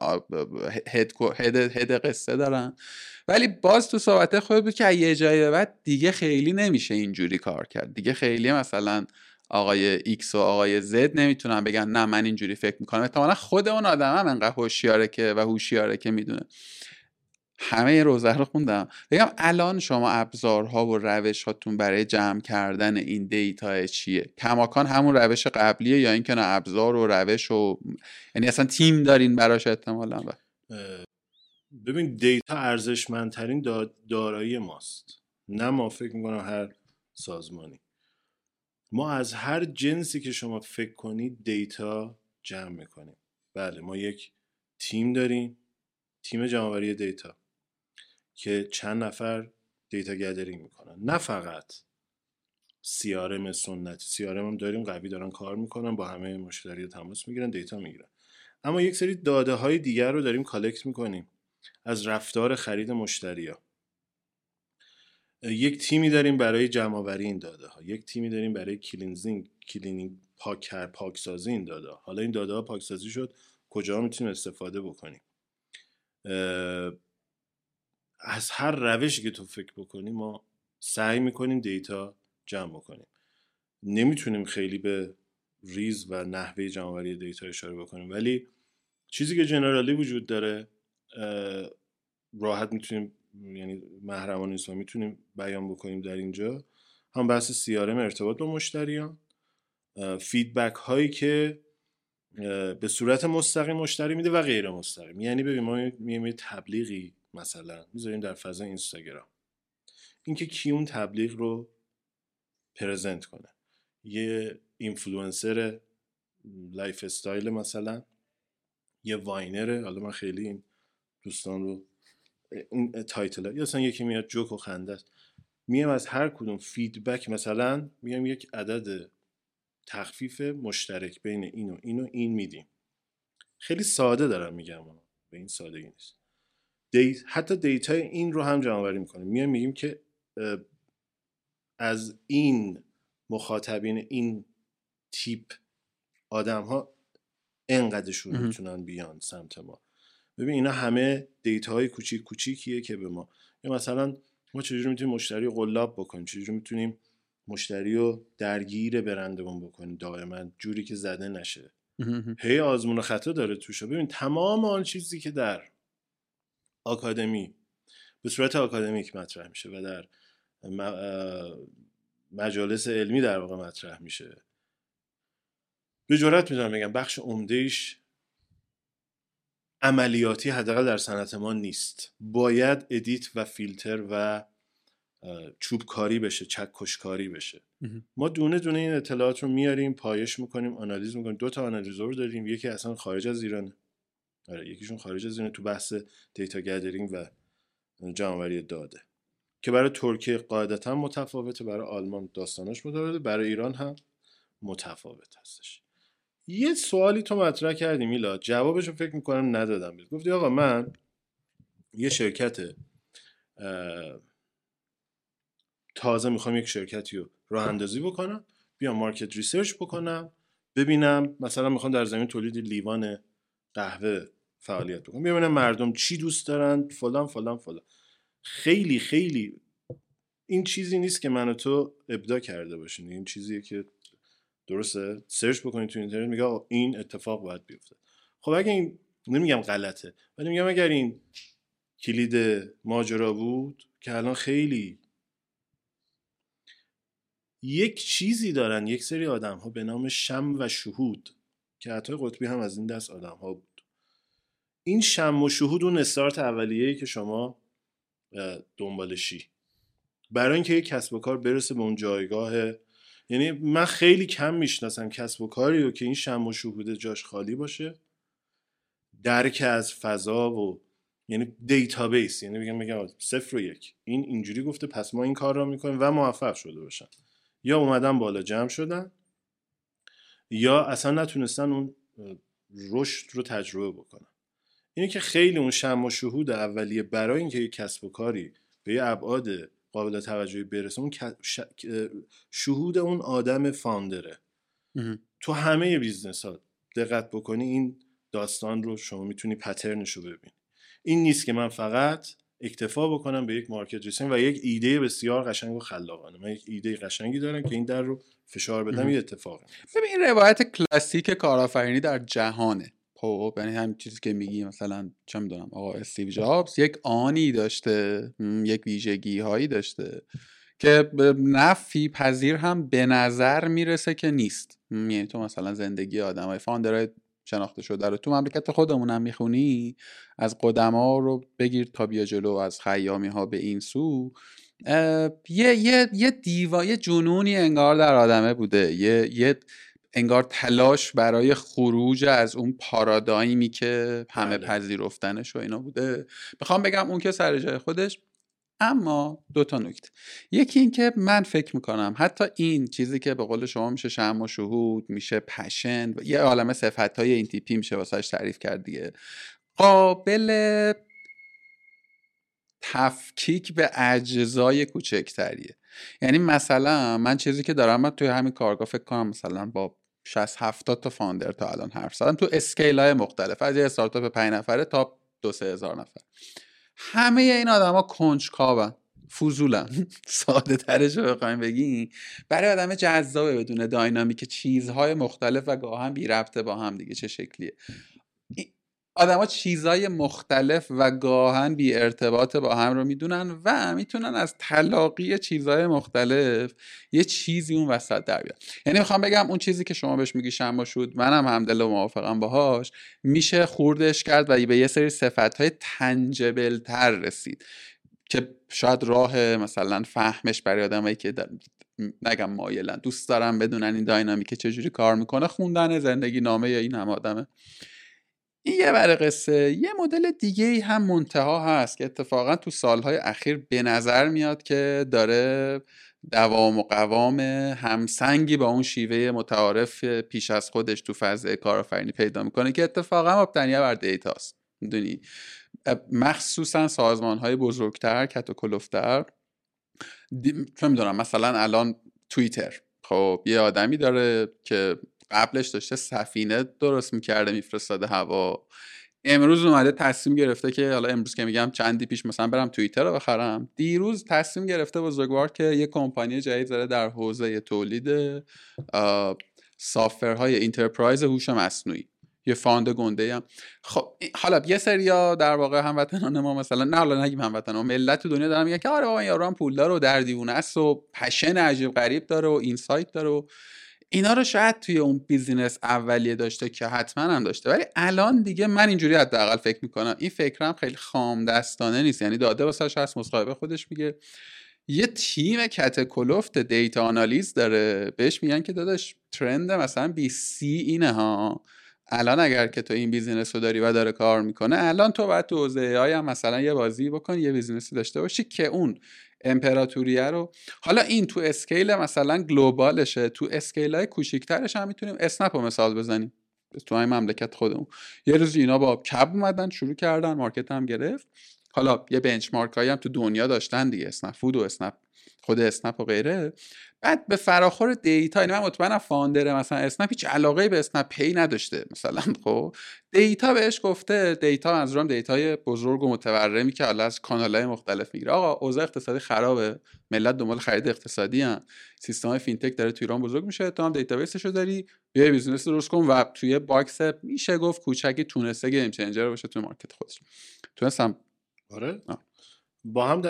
هد قصه دارن، ولی باز تو صحبت خود بود که یه جایی به بعد دیگه خیلی نمیشه اینجوری کار کرد، دیگه خیلی مثلا آقای ایکس و آقای زد نمیتونن بگن نه من اینجوری فکر میکنم. احتمالا خود اون آدم هم انقدر هوشیاره که میدونه. همه این روزه رو خوندم. بگم الان شما ابزارها و روش هاتون برای جمع کردن این دیتا چیه؟ کماکان همون روش قبلیه یا اینکه نه ابزار و روش و یعنی اصلا تیم دارین براش احتمالاً؟ ببین دیتا ارزشمندترین دارایی ماست، نه ما فکر میکنم هر سازمانی. ما از هر جنسی که شما فکر کنید دیتا جمع میکنیم. بله ما یک تیم داریم، تیم جمع‌آوری دیتا که چند نفر دیتا گدرینگ میکنن، نه فقط CRM سنتی، CRM هم داریم قوی دارن کار میکنن، با همه مشتری تماس میگیرن، دیتا میگیرن، اما یک سری داده های دیگر رو داریم کالکت میکنیم از رفتار خرید مشتری ها. یک تیمی داریم برای جمع آوری این داده ها، یک تیمی داریم برای کلینینگ پاکسازی این داده ها. حالا این داده ها پاکسازی شد، کجا میتونیم استفاده بکنیم؟ از هر روشی که تو فکر بکنی ما سعی میکنیم دیتا جمع بکنیم. نمیتونیم خیلی به ریز و نحوه جمع‌آوری دیتا اشاره بکنیم، ولی چیزی که جنرالی وجود داره راحت میتونیم، یعنی محرمانه نیست و میتونیم بیان بکنیم در اینجا، هم بحث CRM ارتباط با مشتریان، فیدبک هایی که به صورت مستقیم مشتری میده و غیر مستقیم. یعنی ببین ما یه تبلیغی مثلا میذاریم در فضای اینستاگرام، اینکه کی اون تبلیغ رو پرزنت کنه، یه اینفلوئنسر لایف استایل مثلا، یه واینره، حالا من خیلی این دوستان رو این تایتل یا اصلا یکی میاد جوک و خنده است، میام از هر کدوم فیدبک مثلا میام یک عدد تخفیف مشترک بین این و این و این میدیم. خیلی ساده دارم میگم، به این سادگی نیست. حتی دیتا این رو هم جمع آوری میکنیم، میام میگیم که از این مخاطبین این تیپ آدم ها انقدرشون میتونن بیان سمت ما. ببین اینا همه دیتا های کوچیک کوچیکیه که به ما، یا مثلا ما چجوری میتونیم مشتری رو قلاب بکنیم، چجوری میتونیم مشتری رو درگیر برندمون بکنیم دائما جوری که زده نشه، هی آزمون و خطا داره توش. ببین تمام آن چیزی که در آکادمی به صورت آکادمیک مطرح میشه و در مجالس علمی در واقع مطرح میشه، به جرات میتونم بگم بخش عمده‌ایش عملیاتی حداقل در صنعت ما نیست. باید ادیت و فیلتر و چوب کاری بشه، چکش کاری بشه. ما دونه دونه این اطلاعات رو میاریم، پایش میکنیم، آنالیز میکنیم. 2 تا آنالیزور داریم، یکی اصلا خارج از ایران، یکیشون خارج از ایران تو بحث دیتا گدرینگ و جمع‌آوری داده، که برای ترکیه قاعدتا متفاوته، برای آلمان داستانش متفاوته، برای ایران هم متفاوت هستش. یه سوالی تو مطرح کردی میلاد، جوابشو فکر میکنم ندادم. گفتی آقا من یه شرکت تازه میخوام یک شرکتی رو راه اندازی بکنم، بیام مارکت ریسرچ بکنم، ببینم مثلا میخوام در زمین تولید لیوان قهوه فعالیت بکنم، ببینم مردم چی دوست دارن، فلان فلان فلان. خیلی خیلی این چیزی نیست که من و تو ابداع کرده باشین، این چیزیه که درسته سرچ بکنید تو اینترنت میگه این اتفاق باید بیفته. خب اگه این، نمیگم غلطه، ولی میگم اگر این کلید ماجرا بود که الان خیلی یک چیزی دارن یک سری آدم ها به نام شم و شهود که عطای قطبی هم از این دست آدم ها بود. این شم و شهود اون استارت اولیه‌ای که شما دنبالشی برای اینکه یک کسب و کار برسه به اون جایگاه. یعنی من خیلی کم میشناسم کسب و کاری رو که این شم و شهود جاش خالی باشه، درک از فضا و یعنی دیتابیس، یعنی بگم 0 و 1 این اینجوری گفته پس ما این کار رو میکنیم و موفق شده باشن، یا اومدن بالا جمع شدن یا اصلا نتونستن اون رشد رو تجربه بکنن. اینه که خیلی اون شم و شهود اولیه برای اینکه یک کسب و کاری به یه ابعاد قابل توجهی برسه، اون شهود اون آدم فاندره. تو همه بیزنس ها دقت بکنی این داستان رو شما میتونی پترنش رو ببینی. این نیست که من فقط اکتفا بکنم به یک مارکت ریسرچ و یک ایده بسیار قشنگ و خلاقانه، من یک ایده قشنگی دارم که این در رو فشار بدم یه اتفاقی. ببین این روایت کلاسیک کارآفرینی در جهانه. خب یعنی هم چیزی که میگی مثلا چه میدونم آقا استیو جابز یک آنی داشته، یک ویژگی هایی داشته که نفی پذیر هم به نظر میرسه که نیست. یعنی تو مثلا زندگی آدمای فاندرای شناخته شده رو تو مملکت خودمون هم میخونی، از قدما رو بگیر تا بیا جلو، از خیامی ها به این سو، یه جنونی انگار در آدمه بوده، یه انگار تلاش برای خروج از اون پارادایمی که همه پذیرفتنش و اینا بوده. میخوام بگم اون که سر جای خودش، اما 2 تا نکته. یکی این که من فکر میکنم حتی این چیزی که به قول شما میشه شم و شهود، میشه پشن، یه عالمه صفتهای این تیپی میشه واسهش تعریف کرد دیگه، قابل تفکیک به اجزای کوچکتریه. یعنی مثلا من چیزی که دارم، من توی همین کارگاه فکر کنم مثلا با 60-70 تا فاوندر تا الان حرف زدم تو اسکیل های مختلف، از یه استارتاپ 5 نفره تا 2-3 هزار نفر. همه این آدما کنجکاون، فضولن. ساده ترش رو بخوایم بگیم، برای آدم جذابه بدون داینامیک چیزهای مختلف و گاهن بی ربطه با هم دیگه چه شکلیه. آدما چیزای مختلف و گاهن بی ارتباط با هم رو میدونن و میتونن از تلاقی چیزای مختلف یه چیزی اون وسط در بیاد. یعنی میخوام بگم اون چیزی که شما بهش میگی شما شد، منم همدل و موافقم باهاش، میشه خوردش کرد و به یه سری صفتهای تنجبل تر رسید که شاید راه مثلا فهمش برای آدمایی که نگم مایلن دوست دارم بدونن این داینامیک چجوری کار میکنه، خوندن زندگی نامه یا این هم آدمه. این یه ور قصه. یه مدل دیگه ای هم منتها هست که اتفاقا تو سالهای اخیر به نظر میاد که داره دوام و قوام همسنگی با اون شیوه متعارف پیش از خودش تو فضای کارآفرینی پیدا میکنه که اتفاقا مبتنی بر دیتاست. میدونی مخصوصا سازمان‌های بزرگتر کت و کلفتر، چه میدونم مثلا الان توییتر، خب یه آدمی داره که قبلش داشته سفینه درست میکرده میفرستاده هوا، امروز اومده تصمیم گرفته که حالا امروز که میگم چندی پیش مثلا برم توییتر رو بخرم، دیروز تصمیم گرفته بزرگوار که یه کمپانی جدید زده در حوزه تولید سافتورهای اینترپرایز هوش مصنوعی، یه فاند گنده هم. خب حالا یه سریا در واقع هموطنان ما مثلا، نه حالا نگیم هموطنان، ملت تو دنیا دارن میگن که آره بابا این یارو هم پولدار و در دیوونه است و پشن عجیب غریب داره و اینسایت داره و اینا رو شاید توی اون بیزینس اولیه داشته که حتما هم داشته، ولی الان دیگه من اینجوری حداقل فکر میکنم این فکرم خیلی خام دستانه نیست. یعنی داده واسش هست، مصاحبه خودش میگه یه تیم کت کلفت دیتا آنالیز داره، بهش میگن که داداش ترند مثلا BC اینه ها، الان اگر که تو این بیزینس رو داری و داره کار میکنه، الان تو باید تو حوزه AI هم مثلا یه بازی بکن، یه بیزینسی داشته باشی که اون امپراتوریه رو، حالا این تو اسکیل مثلا گلوبالشه، تو اسکیل های کوچیکترش هم میتونیم اسنپ رو مثال بزنیم تو این مملکت خودمون. یه روز اینا با کب اومدن شروع کردن، مارکت هم گرفت، حالا یه بنچمارک هایی هم تو دنیا داشتن دیگه، اسنپ فود و اسنپ خود اسنپ و غیره. بعد به فراخور دیتا، یعنی من مطمئنم فاندر مثلا اسنپ هیچ علاقه‌ای به اسنپ پی نداشته مثلا، خب دیتا بهش گفته، دیتا منظورم دیتای بزرگ و متورمی که حالا از کانال‌های مختلف میگیره، آقا اوضاع اقتصادی خرابه، ملت دنبال خرید اقتصادی ان، سیستم‌های فینتک داره تو ایران بزرگ میشه، تو هم دیتابیسشو داری، بیا بیزنس درست کن و توی باکس میشه گفت کوچکی تونسته گیم چنجر باشه تو مارکت خودش. تونستم آره با هم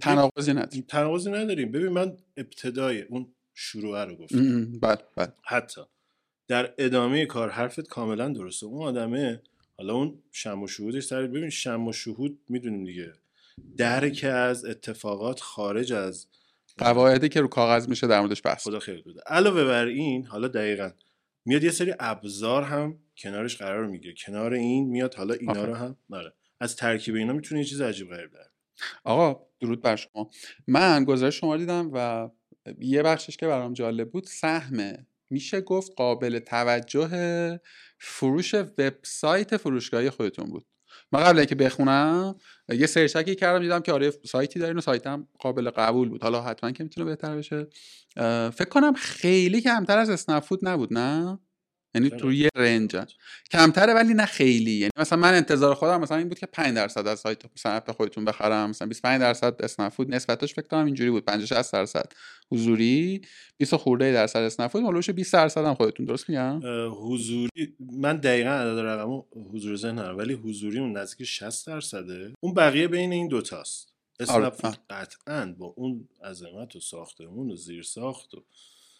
تناقضی نداریم. ببین من ابتدای اون شروع رو گفتم، بله حتی در ادامه کار حرفت کاملا درسته. اون آدمه، حالا اون شم و شهودش سر، ببین شم و شهود میدونیم دیگه، درک از اتفاقات خارج از قواعدی که رو کاغذ میشه در موردش بحث. خدا خیر بده. علاوه بر این حالا دقیقاً میاد یه سری ابزار هم کنارش قرار میگیره، کنار این میاد حالا اینا رو هم از ترکیب اینا میتونه یه چیز عجیب غریب در. آقا درود بر شما. من گزارش شما دیدم و یه بخشش که برام جالب بود، سهم میشه گفت قابل توجه فروش وبسایت فروشگاهی خودتون بود. من قبل اینکه بخونم یه سرچکی کردم دیدم که آره سایتی دارین و سایتم قابل قبول بود. حالا حتما که میتونه بهتر بشه. فکر کنم خیلی کمتر از اسنپ فود نبود، نه؟ یعنی تو یه رنج کمتره ولی نه خیلی. یعنی مثلا من انتظار خودم مثلا این بود که 5% از سایت مثلا اپ خودتون بخرم، مثلا 25% اسنپ فود، نسبتش فکر کنم اینجوری بود 50-60% حضوری، 20 خورده درصد اسنپ فود، مالوش 20% هم خودتون. درست میگم؟ حضوری من دقیقاً عدد رقمو حضور ذهن ندارم ولی حضوری اون نزدیک 60%. اون بقیه بین این دو تاست. اسنپ فود قطعاً با اون عظمت و ساختمون و زیر ساخت و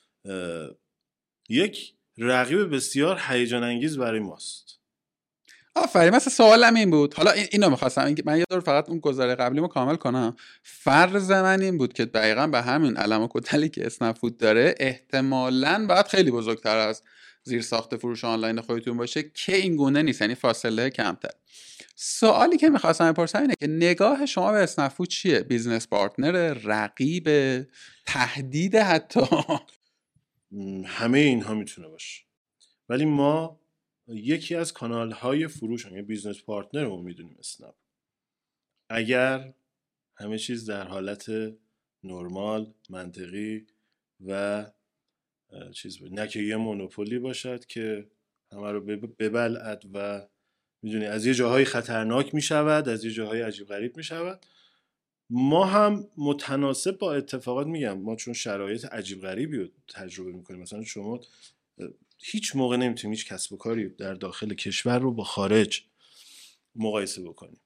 یک رقیب بسیار هیجان انگیز برای ماست. آفرین. مثلا سوالم این بود، حالا اینو می‌خواستم من یه دور فقط اون گزاره قبلیمو کامل کنم. فرض من این بود که دقیقاً به همین علم و کتلی که اسنپ فود داره احتمالاً باید خیلی بزرگتر از زیر ساخت فروش آنلاین خودتون باشه که این گونه نیست، یعنی فاصله کمتر. سوالی که می‌خواستم بپرسم اینه که نگاه شما به اسنپ فود چیه؟ بیزنس پارتنر، رقیب، تهدید، حتی همه اینها میتونه باشه. ولی ما یکی از کانال‌های فروش یعنی بیزنس پارتنرمون میدونیم اسنپ. اگر همه چیز در حالت نرمال، منطقی و چیز بود، نه که یه مونوپولی باشد که همه رو ببلعد و میدونی از یه جاهای خطرناک میشود، از یه جاهای عجیب غریب میشود. ما هم متناسب با اتفاقات، میگم ما چون شرایط عجیب غریبی رو تجربه میکنیم، مثلا شما هیچ موقع نمیتونیم هیچ کسب و کاری در داخل کشور رو با خارج مقایسه بکنیم.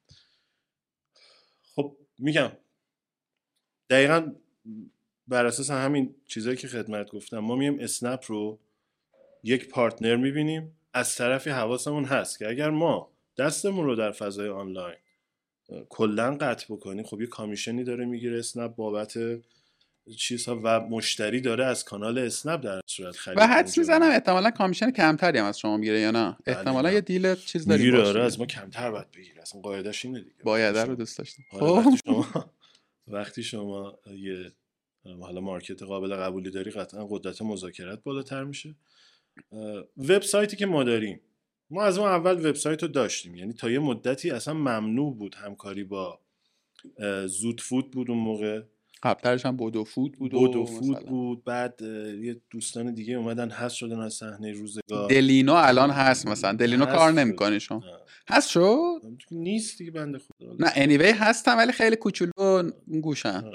خب میگم دقیقاً بر اساس همین چیزایی که خدمت گفتم ما میایم اسنپ رو یک پارتنر میبینیم. از طرفی حواسمون هست که اگر ما دستمون رو در فضای آنلاین کلا قطع بکنیم، خب یه کامیشنی داره میگیره اسنپ بابت چیزها و مشتری داره از کانال اسنپ در صورت خرید و حدس میزنم احتمالاً کامیشن کمتری هم از شما میگیره یا نه؟ احتمالاً یه دیل چیز داریم میگیره. باشه. آره از ما کمتر باید بگیره، اصلا قاعدش اینه دیگه. باید رو دوست داشتم. خب وقتی شما یه حالا مارکت قابل قبولی داری قطعا قدرت مذاکرت بالاتر میشه. وبسایتی که ما داریم، ما از اون اول وبسایت رو داشتیم، یعنی تا یه مدتی اصلا ممنوع بود همکاری با زود فود بود اون موقع، قبلترش هم بودو فود بود بودو فود بود. بعد یه دوستان دیگه اومدن حذف شدن از صحنه روزگار. دلینو الان هست مثلا، دلینو کار نمی‌کنه شما؟ هست شد؟ نیست دیگه بنده خدا. نه انیوی هستم ولی خیلی کوچولو گوشن.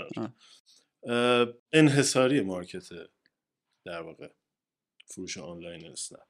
انحصاری مارکت در واقع فروش آنلاین اسنپ.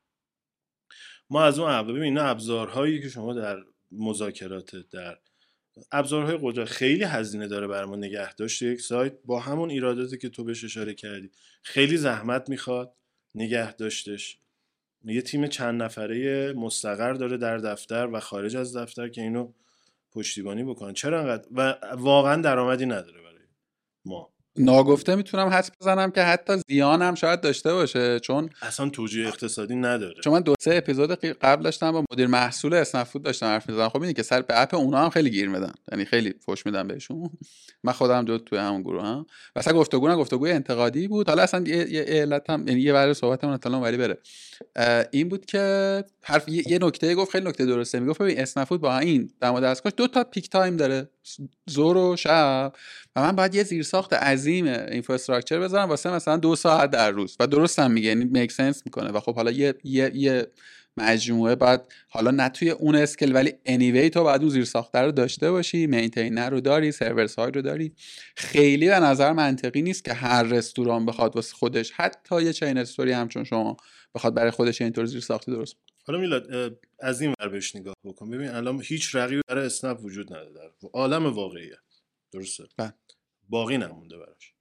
ما از اون اول ببین اینا ابزارهایی که شما در مذاکرات، در ابزارهای قدرت خیلی هزینه داره برای ما نگه داشت یک سایت با همون ایراداتی که تو بهش اشاره کردی. خیلی زحمت میخواد نگه داشتش. یه تیم چند نفره مستقر داره در دفتر و خارج از دفتر که اینو پشتیبانی بکنن. چرا انقدر و واقعا درآمدی نداره برای ما. ناگفته میتونم حدس بزنم که حتی زیان هم شاید داشته باشه، چون اصلا توجیه اقتصادی نداره. چون من 2-3 اپیزود قبل داشتم با مدیر محصول اسنپ فود داشتم حرف می‌زدم. خب اینی که سر به اپ اونا هم خیلی گیر میدن، یعنی خیلی فوش میدن بهشون. من خودم جو توی همون گروه هم واسه گفتگوی انتقادی بود. حالا اصلا یه علت هم، یعنی یه ورای صحبتمون اطلاع ولی بره، این بود که حرف یه نکته گفت، خیلی نکته درسته. میگفت ببین اسنپ فود با این دم دستگاهش 2 تا پیک تایم داره، ظهر و شب، و من باید یه زیرساخت عظیم اینفراستراکچر بذارم واسه مثلا 2 ساعت در روز. و درست هم میگه، یعنی میک سنس میکنه. و خب حالا یه مجموعه بعد حالا نه توی اون اسکیل ولی انیوی تو بعد اون زیرساخت رو داشته باشی، مینتینر رو داری، سرور ساید رو داری. خیلی به نظر منطقی نیست که هر رستوران بخواد واسه خودش، حتی یه چین استوری همچون شما، بخواد برای خودش اینطور زیرساختی درست. حالا میلاد از این ور بهش نگاه بکن. ببین الان هیچ رقیبی برای اسنپ وجود نداره در عالم واقعیت. درسته؟ باقی نمونده براش.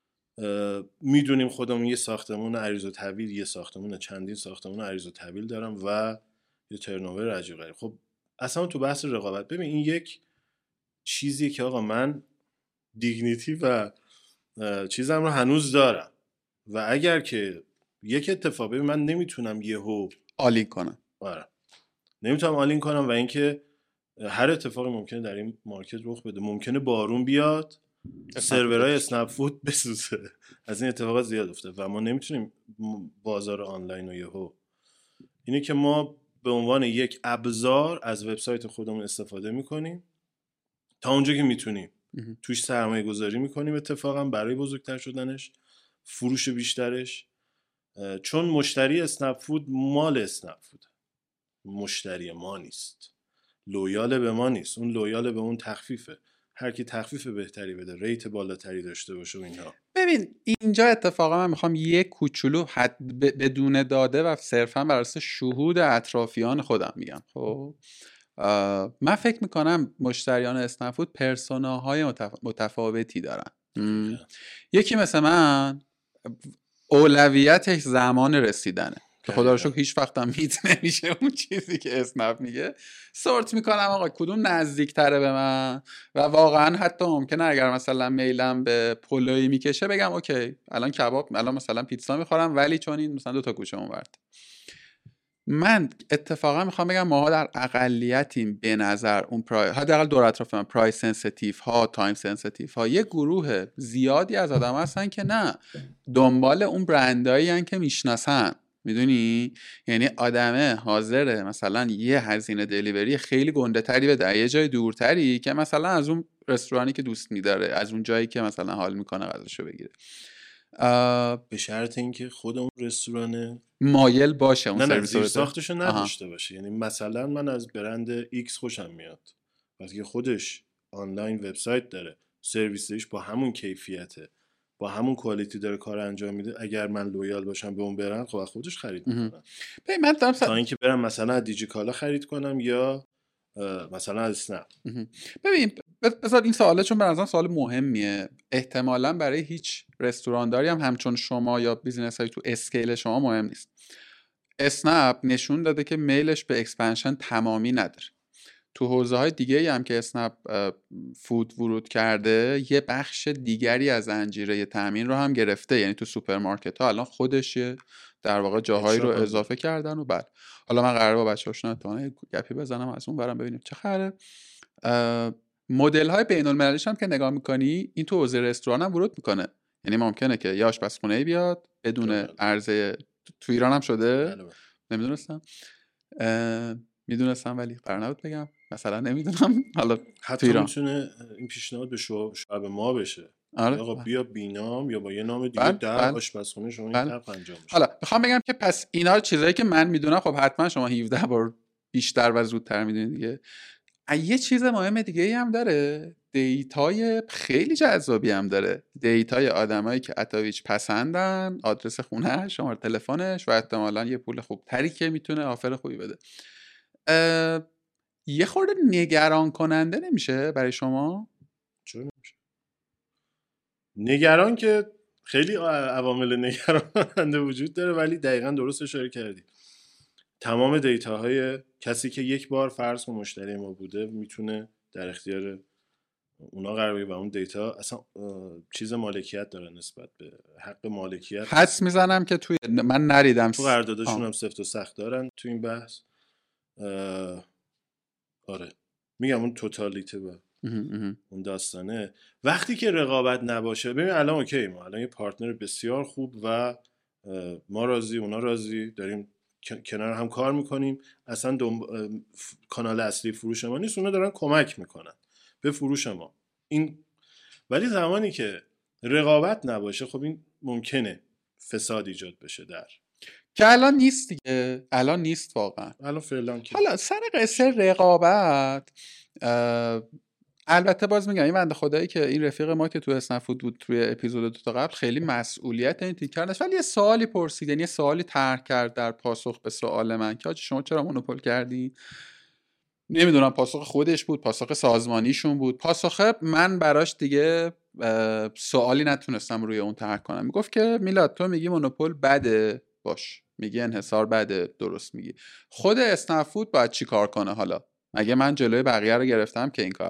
میدونیم خودمون یه ساختمون عریض و طویل، یه ساختمون چندین ساختمون عریض و طویل دارم و یه ترنوور عجیب غریب. خب اصلا تو بحث رقابت ببین این یک چیزیه که آقا من دیگنیتی و چیزم رو هنوز دارم و اگر که یک اتفاقی من نمیتونم یهو آلین کنم. آره نمیتونم آلین کنم و اینکه هر اتفاقی ممکنه در این مارکت رخ بده. ممکنه بارون بیاد، سرورهای اسنپ فود بسوزه. از این اتفاقات زیاد افتاده و ما نمیتونیم بازار آنلاین رو یهو. اینه که ما به عنوان یک ابزار از وبسایت خودمون استفاده میکنیم تا اونجا که میتونیم. توش سرمایه گذاری میکنیم اتفاقا برای بزرگتر شدنش، فروش بیشترش، چون مشتری اسنپ فود مال اسنپ فود، مشتری ما نیست، لویال به ما نیست، اون لویال به اون تخفیفه. هر کی تخفیف بهتری بده، ریت بالاتری داشته باشه و اینها. ببین اینجا اتفاقا من میخوام یک کوچولو بدون داده و صرفا بر اساس شهود اطرافیان خودم میگم. خب من فکر میکنم مشتریان اسنپ فود پرسوناهای متفاوتی دارن. یکی مثل من اولویتش زمان رسیدنه که خدا رو شکر هیچ وقت هم هیت نمیشه اون چیزی که اسنپ میگه. سورت میکنم آقا کدوم نزدیکتره به من و واقعا حتی ممکنه اگر مثلا میلم به پلویی میکشه بگم اوکی الان کباب، الان مثلا پیتزا میخورم ولی چون این مثلا 2 تا کوچه اونورد. من اتفاقا میخوام بگم ماها در اقلیتیم به نظر اون حداقل دور اطراف من، پرایس سنسیتیو ها، تایم سنسیتیو ها، یه گروه زیادی از آدم هستن که نه دنبال اون برندایی هن که میشناسن. میدونی یعنی آدمه حاضره مثلا یه هزینه دلیوری خیلی گنده تری بده یه جای دورتری که مثلا از اون رستورانی که دوست میداره، از اون جایی که مثلا حال میکنه غذاشو بگیره، به شرط اینکه خود اون رستوران مایل باشه اون سرویس زیر ساختشو نداشته باشه. یعنی مثلا من از برند ایکس خوشم میاد وقتی که خودش آنلاین وبسایت داره، سرویسش با همون کیفیته، با همون کوالیتی داره کار انجام میده. اگر من لویال باشم به اون برند، خب خودش خرید میکنم تا اینکه برم مثلا از دیجیکالا خرید کنم یا مثلا از اسنپ. ببین بذار این سواله چون به نظرم سوال مهمیه. احتمالاً برای هیچ رستورانداری هم همچون شما یا بیزینس هایی تو اسکیل شما مهم نیست. اسنپ نشون داده که میلش به اکسپنشن تمامی نداره. تو حوزه های دیگه هم که اسنپ فود ورود کرده یه بخش دیگری از زنجیره تامین رو هم گرفته. یعنی تو سوپرمارکت ها الان خودشه در واقع جاهایی رو اضافه کردن و بعد حالا من قراره با بچه‌هاشون تا گپی بزنم از اون برام ببینیم چه خبره. مدل های بین المللیش هم که نگاه میکنی این تو حوزه رستوران هم ورود میکنه. یعنی ممکنه که یه آشپزخونه بیاد بدون عرضه. تو ایران هم شده؟ نمیدونستم. میدونستم ولی قرار نبود بگم، مثلا نمیدونم. حالا حتی میتونه این پیشنهاد به شعب ما بشه. آقا بیا بینام یا با یه نام دیگه در آشپزخونه شما این طرف انجام میشه. حالا میخوام بگم که پس اینا چیزایی که من میدونم خب حتما شما 17 بار بیشتر و زودتر میدونید دیگه. یه چیز مهم دیگه هم داره، دیتای خیلی جذابی هم داره. دیتای آدمایی که اتاویچ پسندن، آدرس خونه، شماره تلفنش و احتمالاً یه پول خوب تری که میتونه آفر خوبی بده. یه خورده نگران کننده نمیشه برای شما؟ چون نمیشه نگران که خیلی عوامل نگران کننده وجود داره، ولی دقیقاً درست اشاره کردی. تمام دیتاهای کسی که یک بار فرض کن مشتری ما بوده میتونه در اختیار اونا قرار بگیره و اون دیتا اصلا چیز مالکیت داره، نسبت به حق مالکیت. حدس میزنم که توی من نریدم تو قراردادشون هم سفت و سخت دارن تو این بحث. آره میگم اون توتالیته با اون داستانه. وقتی که رقابت نباشه، ببین الان اوکی، ما الان یه پارتنر بسیار خوب و ما راضی اونا راضی داریم کنار هم کار میکنیم. اصلا کانال اصلی فروش ما نیست، اونا دارن کمک میکنن به فروش ما این. ولی زمانی که رقابت نباشه خب این ممکنه فساد ایجاد بشه در که الان نیست دیگه. الان نیست واقعا. الان فعلا که حالا سر قصه رقابت البته باز میگم این بنده خدایی که این رفیق ما که تو اسنپ فود بود توی اپیزود 2 تا قبل خیلی مسئولیت این تیکر نداشت، ولی یه سوالی پرسید، یعنی یه سوالی طرح کرد در پاسخ به سوال من که آجی شما چرا مونوپول کردی؟ نمیدونم پاسخ خودش بود، پاسخ سازمانیشون بود، پاسخ من براش دیگه سوالی نتونستم روی اون طرح کنم. میگفت که میلاد تو میگی مونوپول بده، باش، میگی انحصار بده، درست میگی. خود اسنپ فود باید چی کار کنه حالا؟ مگه من جلوی بقیه رو گرفتم که این کار رو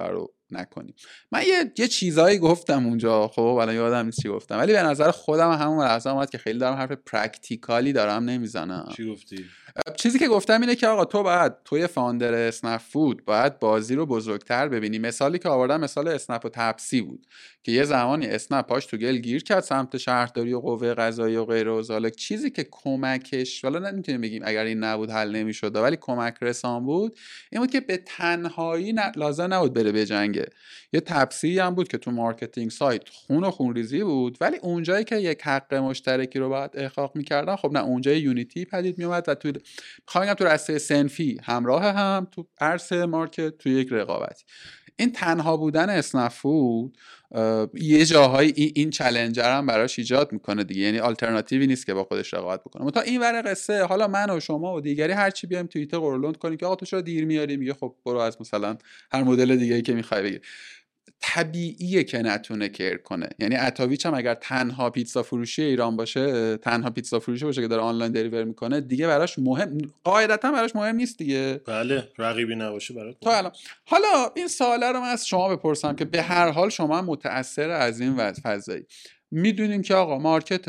نکنیم. من یه چیزایی گفتم اونجا، خب الان یادم نیست چی گفتم، ولی به نظر خودم همون لحظه اومد که خیلی دارم حرف پرکتیکالی دارم نمیزنم. چی گفتی؟ چیزی که گفتم اینه که آقا توی فاندر اسنپ فود باید بازی رو بزرگتر ببینی. مثالی که آوردم مثال اسنپ و تپسی بود که یه زمانی اسنپ پاش تو گل گیر کرد سمت شهرداری و قوه قضاییه و غیره و ذالک. چیزی که کمکش، والا نمیتونیم بگیم اگر این نبود حل نمیشد، ولی کمک رسان بود، این بود که به تنهایی لازم نبود بره بجنگه. یه تپسی هم بود که تو مارکتینگ سایت خون و خونریزی بود، ولی اونجایی که یک حق مشترکی رو باید احقاق می‌کردن، خب نه، اونجا یونیتی پدید میومد و تو میخوام بگم تو رسته صنفی همراه هم، تو عرصه مارکت تو یک رقابتی. این تنها بودن اسنپ فود یه جاهای این چالنجر هم براش ایجاد میکنه دیگه، یعنی آلترناتیوی نیست که با خودش رقابت بکنه. تا این ور قصه حالا من و شما و دیگری هر چی بیایم توییتر قرولند کنیم که آقا تو چرا دیر میاری، میگه خب برو از مثلا هر مدل دیگه‌ای که میخوای بگیر. طبیعیه که نتونه کیر کنه. یعنی اتاویچ هم اگر تنها پیتزا فروشی ایران باشه، تنها پیتزا فروشی باشه که داره آنلاین دلیور میکنه، دیگه براش مهم، قاعدتا براش مهم نیست دیگه. بله، رقیبی نباشه برات. تا الان حالا این سواله رو من از شما بپرسم که به هر حال شما هم متأثر از این فضایی، میدونیم که آقا مارکت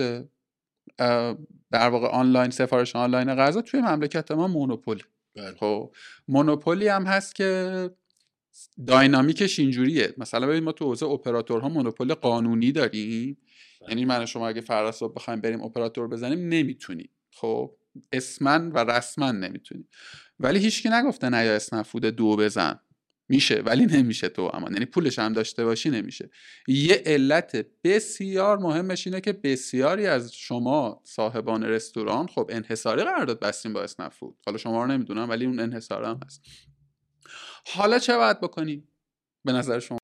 در واقع آنلاین سفارش آنلاین غذا توی مملکت ما مونوپول. خب مونوپولی هم هست که داینامیکش اینجوریه. مثلا ببین ما تو حوزه اپراتورها مونوپول قانونی داریم، یعنی من و شما اگه فردا صبح بخوایم بریم اپراتور بزنیم نمیتونیم، خب اسمن و رسمن نمیتونیم. ولی هیچکی نگفته نه یا اسنپ فود 2 بزن، میشه ولی نمیشه تو امان، یعنی پولش هم داشته باشی نمیشه. یه علت بسیار مهمش اینه که بسیاری از شما صاحبان رستوران خب انحصاری قرارداد بستیم با اسنپ فود. حالا شما رو نمیدونم ولی اون انحصار هم هست. حالا چه باید بکنیم به نظر شما؟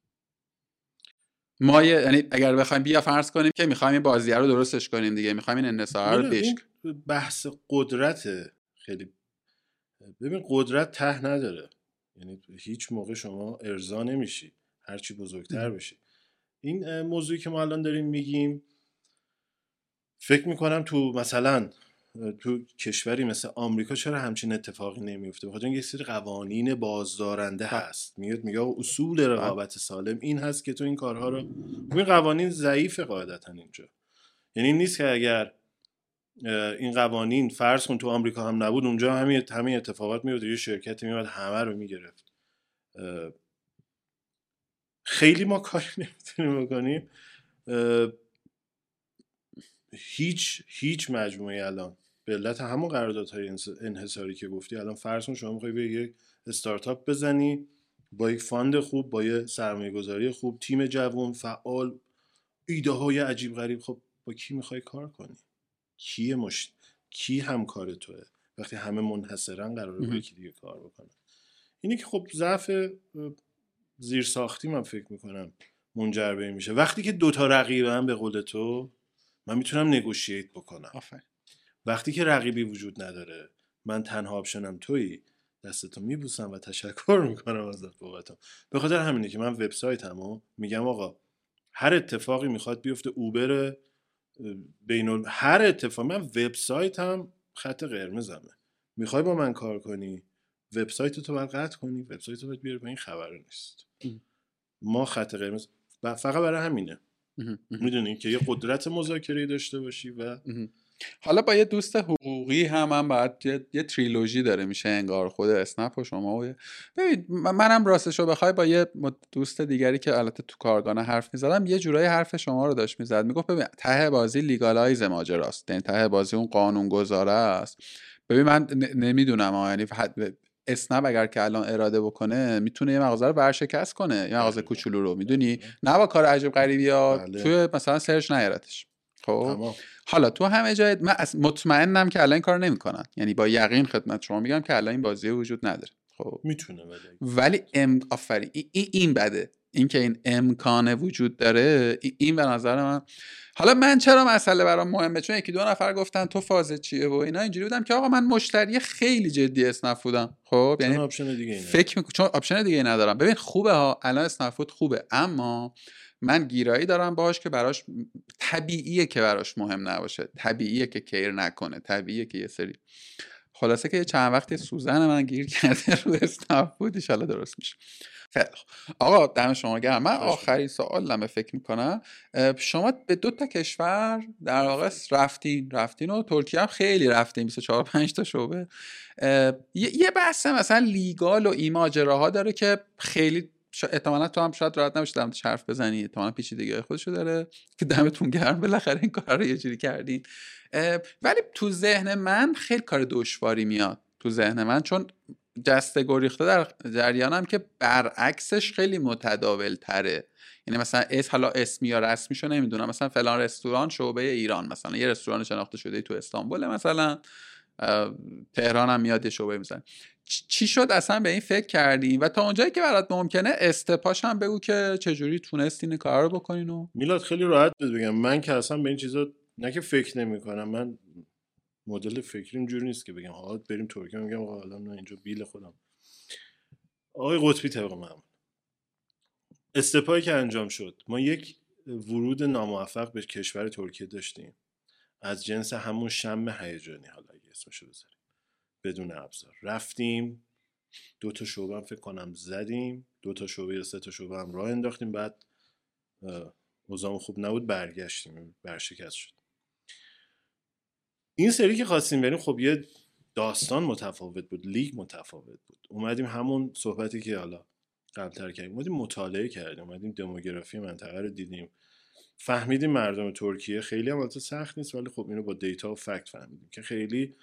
ما یعنی اگر بخوایم بیا فرض کنیم که میخوایم این بازی رو درستش کنیم دیگه، میخوایم این انحصار رو بشک. بحث قدرت خیلی، ببین قدرت ته نداره، یعنی هیچ موقع شما ارضا نمیشی هرچی بزرگتر بشی. این موضوعی که ما الان داریم میگیم، فکر میکنم تو مثلا تو کشوری مثل آمریکا چرا همچین اتفاقی نمیفته؟ بخاطر اینکه یه سری قوانین بازدارنده هست، میگه اصول رقابت سالم این هست که تو این کارها رو، این قوانین ضعیف قاعدتا اینجا. یعنی نیست که اگر این قوانین فرض کن تو آمریکا هم نبود، اونجا همین اتفاقات میفته، یه شرکتی میاد همه رو میگرفت. خیلی ما کاری نمیتونیم بکنیم. هیچ مجموعه الان به علت همون قراردادهای انحصاری که گفتی، الان فرض کن شما میخوای به یک استارتاپ بزنی با یک فاند خوب، با یه سرمایه گذاری خوب، تیم جوان فعال، ایده های عجیب غریب، خب با کی میخوای کار کنی؟ کی همکار توه وقتی همه منحصرا قراره با یکی دیگه کار بکنن؟ اینی که خب ضعف زیر ساختی من فکر میکنم منجر به این میشه. وقتی که دوتا رقیبن به قول تو، من میتونم نگوشییت بکنم. وقتی که رقیبی وجود نداره، من تنها آپشنم تویی، دستتو میبوسم و تشکر میکنم ازت بابتم. به خاطر همینه که من وبسایتمو میگم آقا هر اتفاقی میخواد بیفته، اوبر هر اتفاق، من وبسایتم خط قرمزمه. میخوای با من کار کنی، وبسایتتو باید قطع کنی، وبسایتتو باید بیاری، این خبره نیست. ما خط قرمز فقط برای همینه. میدونی که یه قدرت مذاکره داشته باشی. و حالا با یه دوست حقوقی هم باید یه تریلوژی داره میشه انگار، خود اسنپ و شما و ببین منم راستشو بخوای با یه دوست دیگری که البته تو کارگانه حرف میزدم، یه جورایی حرف شما رو داشت میزد، میگفت ببین ته بازی لیگالایز ماجراست، یعنی ته بازی اون قانون گذاره است. ببین من نمیدونم، یعنی اسنپ اگر که الان اراده بکنه میتونه یه مغازه رو ورشکست کنه، یه مغازه کوچولو رو، میدونی، نه با کار عجیب غریبی ها توی مثلا سرچ نیارتش. خب حالا تو همه جای من مطمئنم که الان این کارو نمیکنن، یعنی با یقین خدمت شما میگم که الان این بازی وجود نداره. خب میتونه ولی آفرین این بده، این که این امکان وجود داره، این به نظر من. حالا من چرا مسئله برام مهمه؟ چون یکی دو نفر گفتن تو فاز چیه و اینا، اینجوری بودم که آقا من مشتری خیلی جدی اسنپ فودم. خب یعنی آپشن دیگه چون آپشن دیگه ندارم. ببین خوبه ها، الان اسنپ فود خوبه، اما من گیرایی دارم باهاش که براش طبیعیه که براش مهم نباشه، طبیعیه که کیر نکنه، طبیعیه که یه سری خلاصه که چند وقتی سوزن من گیر کرده رو اسنپ بود، ان شاءالله درست میشه. خیلی خوب آقا، دم شما گرم. من آخرین سوالم فکر میکنم، شما به 2 کشور در واقع رفتین و ترکیه هم خیلی رفتین، 24-25 تا شعبه. یه بحث مثلا لیگال و این ماجراها داره که خیلی احتمالاً تو هم شاید راحت نباشی در موردش حرف بزنی، احتمالاً پیچیدگی‌های خودشو داره که دمتون گرم بالاخره این کار رو یه جوری کردین. ولی تو ذهن من خیلی کار دشواری میاد تو ذهن من، چون جسته گریخته در جریانم که برعکسش خیلی متداول تره. یعنی مثلا حالا اسمی یا رسمیشو نمیدونم، مثلا فلان رستوران شعبه ایران، مثلا یه رستوران شناخته شده تو استانبول، مثلا تهران هم میاد یه شعبه میزنه. چی شد اصلا به این فکر کردی؟ و تا اونجایی که برات ممکنه استپاش هم بگو که چجوری تونستین این کار رو بکنین. و میلاد خیلی راحت بگم، من که اصلا به این چیزا نه که فکر نمی کنم، من مدل فکریم جوری نیست که بگم حالا بریم ترکیه، میگم آقا حالا نه اینجا بیل خودم. آقای قطبی طبق معمول استپایی که انجام شد، ما یک ورود ناموفق به کشور ترکیه داشتیم از جنس همون شم هیجانی، حالا اگه اسمشو بذاریم، بدون ابزار رفتیم 2 شعبه هم فکر کنم زدیم، 2 شعبه یا 3 شعبه هم راه انداختیم، بعد اوضاع خوب نبود برگشتیم، برشکست شد. این سری که خواستیم بریم خب یه داستان متفاوت بود، لیگ متفاوت بود. اومدیم همون صحبتی که حالا قبل‌تر کردیم، اومدیم مطالعه کردیم، اومدیم دموگرافی منطقه رو دیدیم، فهمیدیم مردم ترکیه خیلی هم البته سخت نیست، ولی خب اینو با دیتا و فکت فهمیدیم که خیلی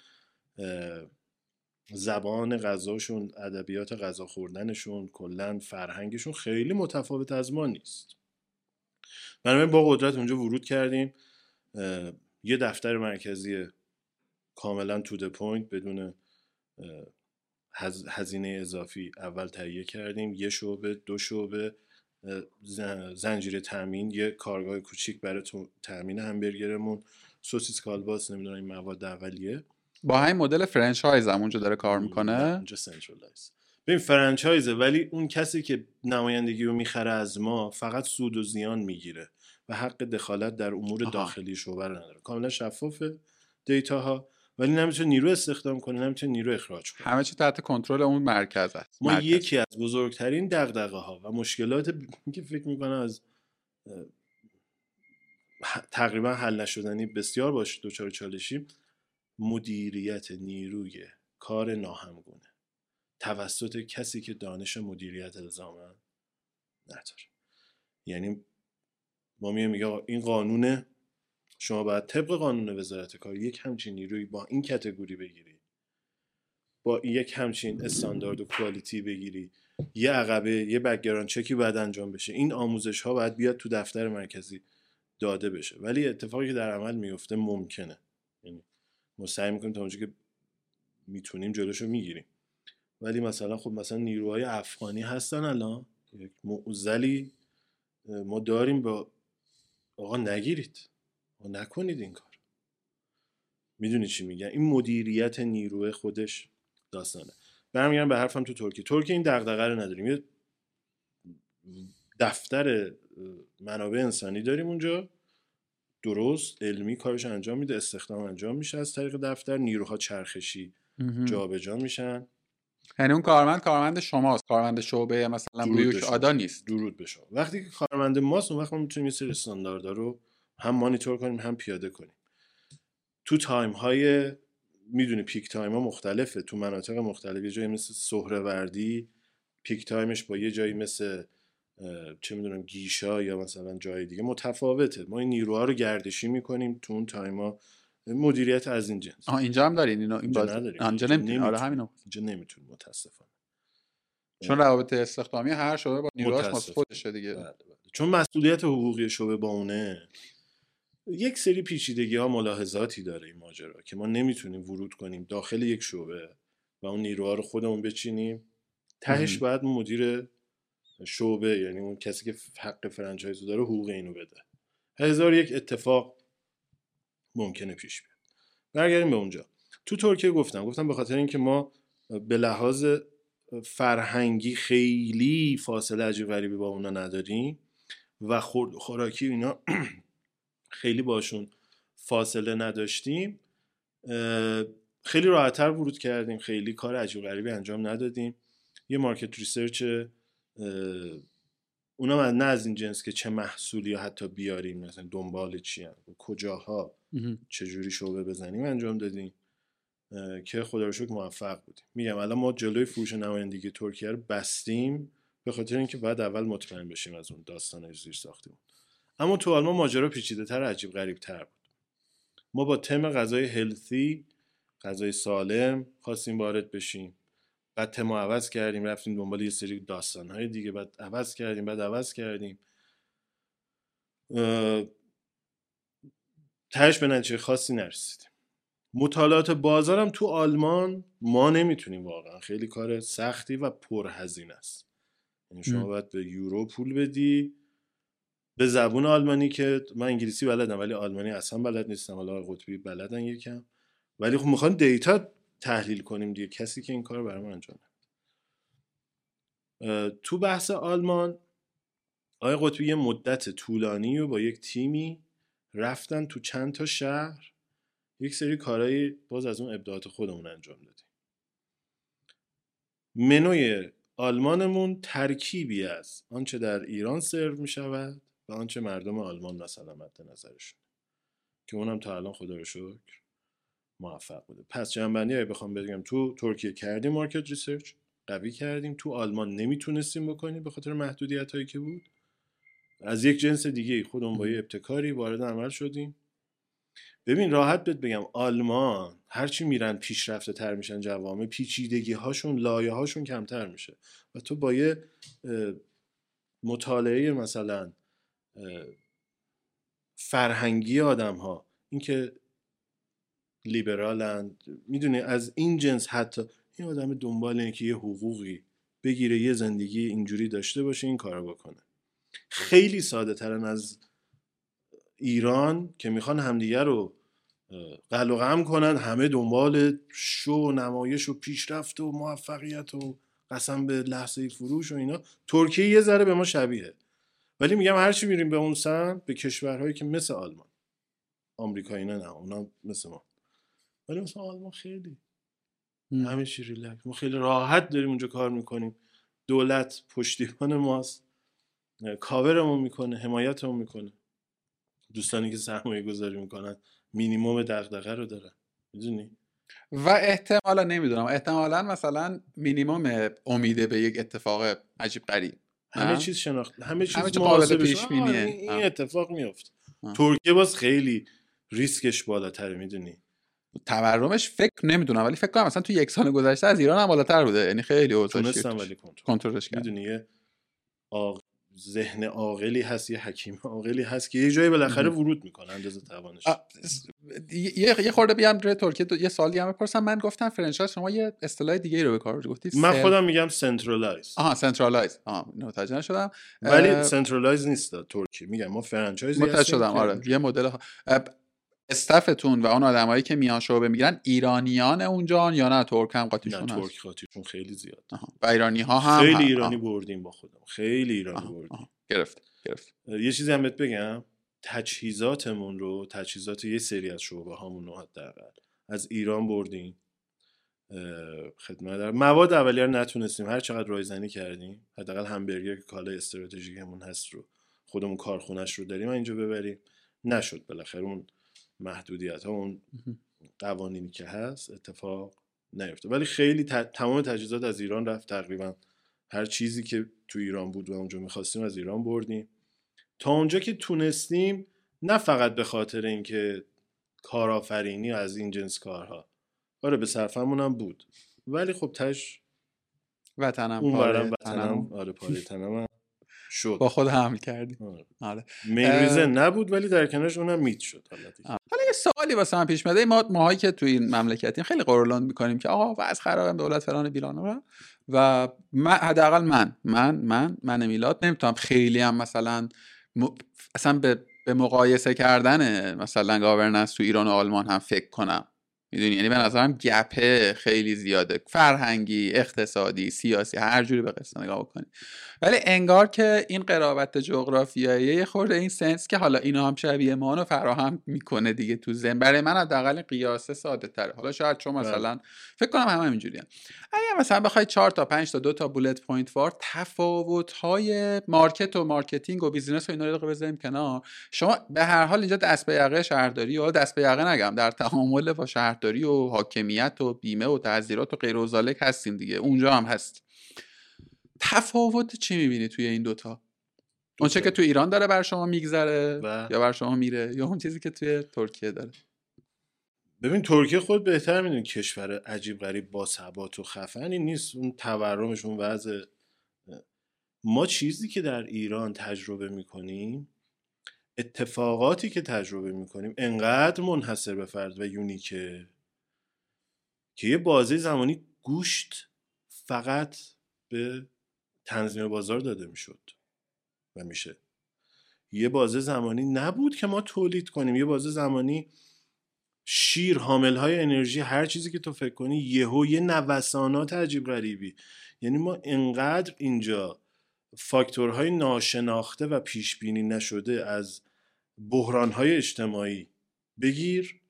زبان غذاشون، ادبیات غذا خوردنشون، کلا فرهنگشون خیلی متفاوت از ما نیست. بنابراین با قدرت اونجا ورود کردیم، یه دفتر مرکزی کاملا تو د پوینت بدون هزینه اضافی اول تهیه کردیم، 1 شعبه 2 شعبه زنجیره تامین، یه کارگاه کوچیک برای تامین همبرگرمون، سوسیس کالباس، نمیدونم این مواد اولیه. با همین مدل فرانچایز هم اونجا داره کار میکنه؟ اونجا سنترالایز. ببین فرانچایزه، ولی اون کسی که نمایندگی رو میخره از ما فقط سود و زیان میگیره و حق دخالت در امور داخلی شعبه رو نداره. کاملا شفافه دیتاها، ولی نمیتونه نیرو استخدام کنه، نمیتونه نیرو اخراج کنه. همه چی تحت کنترل اون مرکز است. ما یکی از بزرگترین دغدغه‌ها و مشکلات که فکر میکنم از تقریبا حل نشدنی بسیار باشه دوچار چالشی، مدیریت نیروی کار ناهمگونه توسط کسی که دانش مدیریت الزاما نداره. یعنی ما میگه این قانونه، شما باید طبق قانون وزارت کار یک همچین نیروی با این کاتگوری بگیری، با یک همچین استاندارد و کوالیتی بگیری، یه عقبه، یه بک‌گراند چکی باید انجام بشه، این آموزش ها باید بیاد تو دفتر مرکزی داده بشه. ولی اتفاقی که در عمل میفته ممکنه، یعنی ما سعی میکنیم تا اونجا که میتونیم جلوشو میگیریم، ولی مثلا خب مثلا نیروهای افغانی هستن الان، یک معضلی ما داریم با آقا نگیرید و نکنید این کار. میدونی چی میگن؟ این مدیریت نیروی خودش داستانه. برمیگردم به حرفم تو ترکیه این دغدغه رو نداریم. یه دفتر منابع انسانی داریم اونجا، درست علمی کارش انجام میده، استخدام انجام میشه از طریق دفتر، نیروها چرخشی جابجا میشن. یعنی اون کارمند شماست، کارمند شعبه مثلا بویوش آدا نیست. درود به شما. وقتی که کارمند ماست، اون وقت ما میتونیم یه سری استانداردها رو هم مانیتور کنیم هم پیاده کنیم. تو تایم های میدونی پیک تایم ها مختلفه، تو مناطق مختلف. یه جایی مثل سهروردی پیک تایمش با یه جایی مثل چه میدونم گیشا یا مثلا جای دیگه متفاوته. ما این نیروها رو گردشی میکنیم تو اون تایم ها، مدیریت از این جنس. اینجا هم دارین اینو؟ این نداریم. اینجا نمیتونیم. آره همینو. اینجا نمیتونیم متاسفانه، چون روابط استخدامی هر شعبه با نیروهاش واسه خودشه دیگه. بله. چون مسئولیت حقوقی شعبه با اونه. یک سری پیچیدگی ها، ملاحظاتی داره این ماجرا که ما نمیتونیم ورود کنیم داخل یک شعبه و اون نیروها رو خودمون بچینیم. تهش باید مدیر شعبه، یعنی اون کسی که حق فرانچایز داره، حقوق اینو بده. 1001 اتفاق ممکنه پیش بیاد. برگردیم به اونجا. تو ترکیه گفتم به خاطر اینکه ما به لحاظ فرهنگی خیلی فاصله عجیب غریبی با اونا نداریم و خوراکی اینا خیلی باشون فاصله نداشتیم، خیلی راحت‌تر ورود کردیم، خیلی کار عجیب غریبی انجام ندادیم. یه مارکت ریسرچ اونم نه از این جنس که چه محصولی یا حتی بیاریم، مثلا دنبال چی هم کجاها چجوری شعبه بزنیم انجام دادیم که خدا رو شکر موفق بودیم. میگم الان ما جلوی فروش نمایندگی ترکیه رو بستیم به خاطر اینکه بعد اول مطمئن بشیم از اون داستان زیر ساختمون. اما تو آلمان ماجرا پیچیده‌تر، عجیب غریب‌تر بود. ما با تم غذای هلثی، غذای سالم خواستیم وارد بشیم، بعد تم عوض کردیم، رفتیم دنبال یه سری داستان‌های دیگه، بعد عوض کردیم تهش به نتیجه خاصی نرسیدیم. مطالعات بازارم تو آلمان ما نمیتونیم، واقعا خیلی کار سختی و پرهزینه است. یعنی شما باید به یورو پول بدی به زبون آلمانی که من انگلیسی بلدم ولی آلمانی اصلا بلد نیستم، حالا قطبی بلدن یکم، ولی خب میخوان دیتا تحلیل کنیم دیگه، کسی که این کار برام انجام نده. تو بحث آلمان آقای قطبی یه مدت طولانی و با یک تیمی رفتن تو چند تا شهر، یک سری کارهای باز از اون ابداعات خودمون انجام دادیم. منوی آلمانمون ترکیبی از آنچه در ایران سرو می شود و آنچه مردم آلمان مثلا مد نظرشون، که اونم تا الان خدا رو شکر موفق بوده. پس جنبندی اگه بخوام بگم، تو ترکیه کردیم مارکت ریسرچ قوی کردیم، تو آلمان نمیتونستیم بکنیم به خاطر محدودیت هایی که بود، از یک جنس دیگه خودمون با یه ابتکاری وارد عمل شدیم. ببین راحت بهت بگم آلمان هرچی میرن پیشرفته تر میشن، جوامع پیچیدگی هاشون لایه هاشون کمتر میشه و تو با یه مطالعه مثلا فرهنگی آدم ها، اینکه لیبرالن، میدونی از این جنس، حتی این آدم دنبال اینه که یه حقوقی بگیره، یه زندگی اینجوری داشته باشه، این کارو بکنه. خیلی ساده ترن از ایران که میخوان همدیگه رو قل و غم کنن، همه دنبال شو و نمایش و پیشرفت و موفقیت و قسم به لحظه فروش و اینا. ترکیه یه ذره به ما شبیه، ولی میگم هرچی میریم به اون سمت، به کشورهایی که مثل آلمان، آمریکا اینا نه، اونا مثل ما، ولی مثل آلمان خیلی همه چی ریلکس، ما خیلی راحت داریم اونجا کار میکنیم، دولت پشتیبان ماست، کاورمون میکنه، حمایتمون میکنه. دوستانی که سرمایه گذاری میکنن مینیمم دغدغه رو دارن، میدونی. و احتمالا نمیدونم، احتمالا مثلا مینیمم امیده به یک اتفاق عجیب غریب، همه چیز شناخت، همه چیز قابل پیش بینیه، این اتفاق میفته. ترکیه باز خیلی ریسکش بالاتره، میدونی. تورمش فکر نمیدونم ولی فکر کنم مثلا تو یک سال گذشته از ایران هم بالاتر بوده، یعنی خیلی اوضاعش تونستن ولی کنترلش کرد. میدونی یه ذهن عاقلی هست، یه حکیم عاقلی هست که یه جایی بالاخره ورود میکنه اندازه توانش. یه خورده بیام روی ترکیه یه سوالی هم بپرسم. من گفتم فرانچایز، شما یه اصطلاح دیگه رو به کار گفتید. من خودم میگم سنترالایز. سنترالایز. متوجه نشدم ولی سنترالایز نیست ترکیه، میگم ما فرانچایزی متوجه شدم. آره یه مدل استفتون و اون آدمایی که میان شعبه میگیرن ایرانیان اونجان یا نه ترک هم قاطیشون هست؟ نه ترک قاطیشون خیلی زیاد. و ایرانی ها هم خیلی ایرانی بردیم با خودم، خیلی ایرانی بردیم. گرفت. یه چیزی هم بهت بگم، تجهیزاتمون رو، تجهیزات یه سری از شعبه هامون رو حداقل از ایران بردیم. خدمت در مواد اولیه رو نتونستیم، هر چقدر رایزنی کردیم، حداقل همبرگر که کالای استراتژیکمون هست رو خودمون کارخونه‌اش رو داریم اینجا ببریم، نشد. بالاخره اون محدودیت ها، اون قوانینی که هست اتفاق نیفته، ولی خیلی تمام تجهیزات از ایران رفت. تقریبا هر چیزی که تو ایران بود و اونجا می‌خواستیم از ایران بردیم تا اونجا که تونستیم، نه فقط به خاطر اینکه کارآفرینی از این جنس کارها، آره به صرفمون هم بود، ولی خب تاش وطنم، آره پاره تنم شد، با خود حمل کردیم. آره مین ریزن نبود ولی در کنارش اونم میت شد. حالا یه سوالی واسه من پیش میاد، ماهایی که تو این مملکتیم خیلی قرولند میکنیم که آقا وضع خرابه، دولت فلان بیلان، و من حداقل من میلاد نمیتونم خیلی هم مثلا اصلا به مقایسه کردن مثلا گاورننس تو ایران و آلمان هم فکر کنم. میدونی، یعنی به نظرم گپه خیلی زیاده، فرهنگی، اقتصادی، سیاسی، هر جوری به قصه نگاه بکنی. ولی انگار که این قرابت جغرافیایی یه خورده این سنس که حالا اینا هم شبیه ما رو فراهم میکنه دیگه تو ذهن. برای من حداقل قیاسه ساده تره. حالا شاید چون مثلا فکر کنم همه اینجوریه. اگه مثلا بخوای 4 تا 5 تا 2 تا بولت پوینت وار تفاوت‌های مارکت و مارکتینگ و بیزینس و اینا رو بذاریم کنار، شما به هر حال اینجا دست به یقه شهرداری و دست به یقه نگم، در تعامل با شهرداری و حاکمیت و بیمه و تعزیرات و غیر و ذالک هستیم دیگه، اونجا هم هست. تفاوت چی میبینی توی این دوتا؟ اون چه که توی ایران داره بر شما میگذره یا بر شما میره، یا اون چیزی که توی ترکیه داره؟ ببین ترکیه خود بهتر میدونی کشور عجیب غریب با ثبات و خفنی نیست، اون تورمش اون وضع. ما چیزی که در ایران تجربه میکنیم، اتفاقاتی که تجربه میکنیم انقدر منحصر به فرد و یونیکه که یه بازه زمانی گوشت فقط به تنظیم بازار داده میشد و میشه. یه بازه زمانی نبود که ما تولید کنیم، یه بازه زمانی شیر، حاملهای انرژی، هر چیزی که تو فکر کنی، یه نوسانات عجیب غریبی. یعنی ما انقدر اینجا فاکتورهای ناشناخته و پیش بینی نشده از بحرانهای اجتماعی بگیر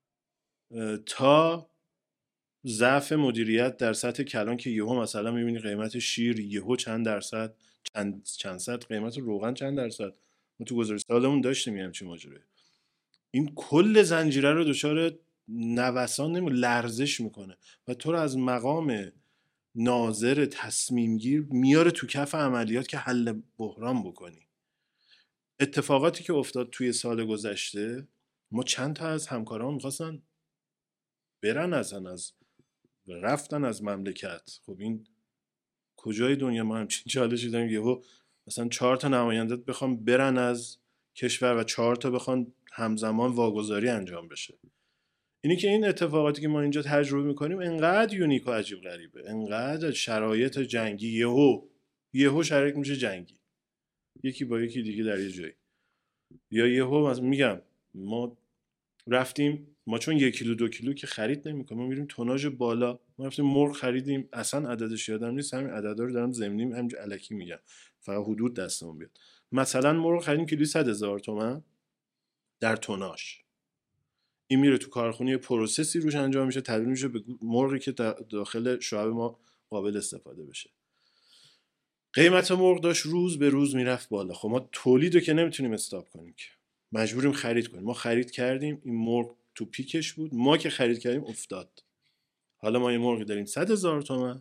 تا ضعف مدیریت در سطح کلان که یهو مثلا میبینی قیمت شیر یهو چند درصد، چند صد، قیمت روغن چند درصد. ما تو گذشته سالمون داشتیم یه همچین ماجرایی. این کل زنجیره رو دچار نوسان لرزش میکنه و تو رو از مقام ناظر تصمیم گیر میاره تو کف عملیات که حل بحران بکنی. اتفاقاتی که افتاد توی سال گذشته، ما چند تا از همکاران میخواستن برن از رفتن از مملکت. خب این کجای دنیا ما همچین چالشی داریم یهو مثلا 4 تا نماینده بخوام برن از کشور و 4 تا بخوان همزمان واگذاری انجام بشه؟ اینی که این اتفاقاتی که ما اینجا تجربه میکنیم انقدر یونیک و عجیب غریبه، انقدر شرایط جنگی یهو شرایط میشه جنگی، یکی با یکی دیگه در یه جایی، یا یهو مثلا میگم ما رفتیم، ما چون 1 کیلو 2 کیلو که خرید نمیکنیم، ما میریم توناژ بالا، ما رفتیم مرغ خریدیم، اصلا عددش یادم نیست، همین عددا رو دارم ضمنی همینجوری الکی میگم فقط حدود دستمون بیاد. مثلا مرغ خریدیم کیلویی 100,000 تومان در توناژ. این میره تو کارخونه، پروسسی روش انجام میشه، تبدیل میشه به مرغی که داخل شعب ما قابل استفاده بشه. قیمت مرغ داشت روز به روز میرفت بالا. خب ما تولیدو که نمیتونیم استاپ کنیم که، مجبوریم خرید کنیم. ما خرید کردیم، این مرغ تو پیکش بود، ما که خرید کردیم افتاد. حالا ما یه مرغی داریم 100,000 تومان،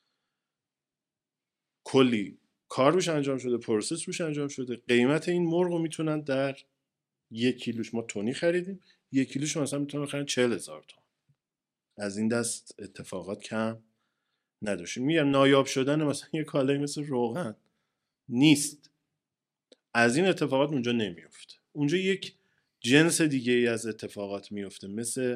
کلی کار روش انجام شده، پروسس روش انجام شده، قیمت این مرغ رو میتونن در 1 کیلوش، ما تونی خریدیم، 1 کیلوش مثلا میتونن بخرن 40,000 تومان. از این دست اتفاقات کم نداشتیم. میگم نایاب شدن مثلا یه کالایی مثل روغن نیست، از این اتفاقات اونجا نمیفته. اونجا یک جنس دیگه ای از اتفاقات میفته، مثل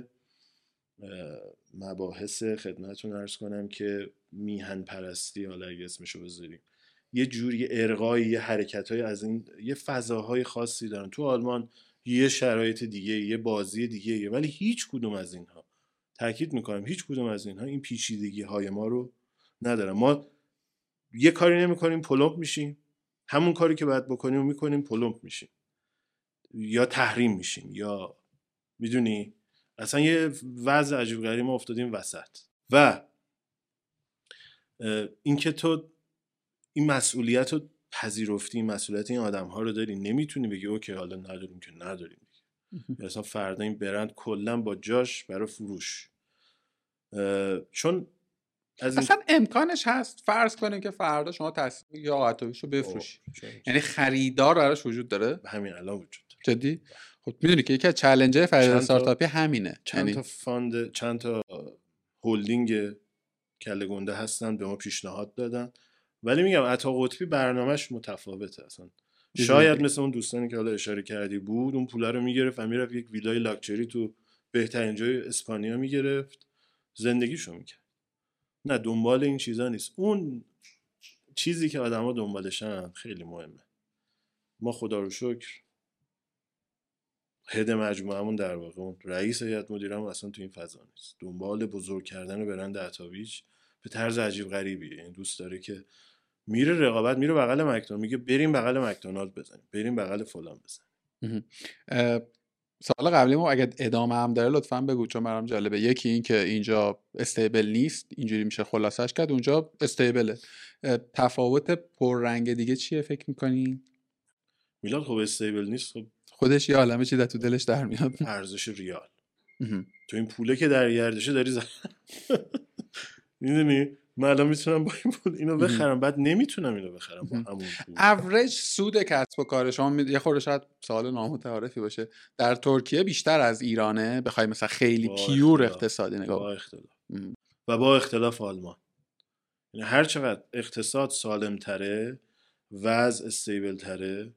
مباحث خدمتتون عرض کنم که میهن پرستی، حالا اگه اسمشو بذاریم، یه جوری ارقایی، یه حرکت‌های از این، یه فضاهای خاصی دارن. تو آلمان یه شرایط دیگه، یه بازی دیگه، ولی هیچ کدوم از اینها، تاکید میکنم هیچ کدوم از اینها این پیچیدگی های ما رو ندارن. ما یه کاری نمیکنیم پلمپ میشیم، همون کاری که باید بکنیم میکنیم پلمپ میشیم، یا تحریم میشیم، یا میدونی اصلا یه وضع عجیب غریبی ما افتادیم وسط. و اینکه تو این مسئولیت رو پذیرفتی، مسئولیت این آدم ها رو داری، نمیتونی بگی اوکی حالا نداریم که نداریم دیگه، اصلا فردا این برند کلا با جاش برای فروش. چون اصلا امکانش هست فرض کنیم که فردا شما تصمیم یا آتویشو بفروشی، یعنی خریدار براش وجود داره؟ همین الان وجود داره. جدی؟ خب میدونی که یکی از چالنج‌های فرآیند استارتاپی همینه. چند تا فاند، چند تا هولدینگ کله گنده هستن به ما پیشنهاد دادن، ولی میگم عطا قطبی برنامه‌اش متفاوته اصلا. شاید مثل اون دوستانی که حالا اشاره کردی بود، اون پولا رو میگرفت و میرفت یک ویلای لاکچری تو بهترین جای اسپانیا میگرفت، زندگیشو میکرد. نه، دنبال این چیزا نیست. اون چیزی که آدما دنبالشن خیلی مهمه. ما خدا رو شکر هد مجموعمون در واقع اون رئیس هیئت مدیره هم اصلا تو این فضا نیست، دنبال بزرگ کردن برند عطابیچ به طرز عجیب غریبیه. این دوست داره که میره رقابت، میره بغل مکدونالد، میگه بریم بغل مکدونالد بزنیم، بریم بغل فلان بزنیم. سوال قبلی ما اگه ادامه هم داره لطفاً بگو، چون برام جالبه. یکی این که اینجا استیبل نیست، اینجوری میشه خلاصش کرد، اونجا استیبله. تفاوت پررنگ دیگه چیه فکر میکنی؟ میلاد خب استیبل نیست، خب خودش یه عالمه چیز تو دلش در میاد. ارزش ریال تو این پوله که در گردشه داری میدونی من الان میتونم با این پول اینو بخرم، بعد نمیتونم اینو بخرم با همون پول. اوریج سود کسب و کار شما یه خورده شاید سوال نامتعارفی باشه، در ترکیه بیشتر از ایرانه بخوای مثلا خیلی پیور اقتصادی نگاه با اختلاف و با اختلاف آلمان. یعنی هر چقدر اقتصاد سالم تره، وضع استیبل تره،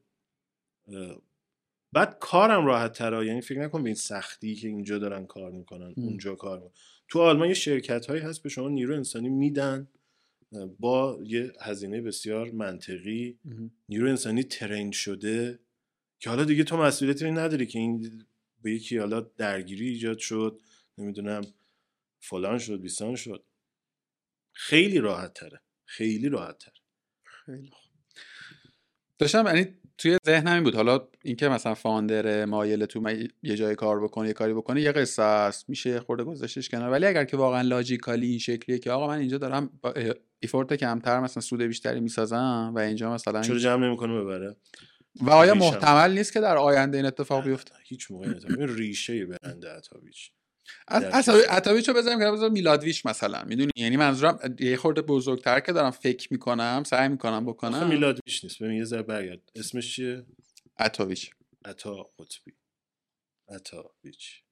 بعد کارم راحت تره. یعنی فکر نکن به این سختی که اینجا دارن کار میکنن اونجا کار میکنن. تو آلمان یه شرکت هایی هست به شما نیرو انسانی میدن با یه هزینه بسیار منطقی، نیرو انسانی ترین شده که حالا دیگه تو مسئولیتی نداری که این به یکی حالا درگیری ایجاد شد، نمیدونم فلان شد بیسان شد. خیلی راحت تره، خیلی راحت تره. خیلی خوب. داشتم یعنی توی ذهنم این بود، حالا اینکه مثلا فاوندر مایل تو یه جای کار بکنه یه کاری بکنه یه قصه است، میشه خورده گذاشتش کنار، ولی اگر که واقعا لاجیکالی این شکلیه که آقا من اینجا دارم با ایفورت کمتر مثلا سود بیشتری میسازم و اینجا مثلا چرا جمع نمیکنه ببره؟ و آیا محتمل نیست که در آینده این اتفاق بیفته؟ هیچ موقع نمیتونه. این ریشه برند عطابیچ. عطابیچو بذاریم که بذارم میلادویچ مثلا، میدونی؟ یعنی منظورم یه خورده بزرگتر که دارم فکر میکنم سعی میکنم بکنم. آخه میلادویچ نیست، ببین یه ذره برگرد، اسمش چیه؟ عطابیچ. عطا قطبی. عطابیچ.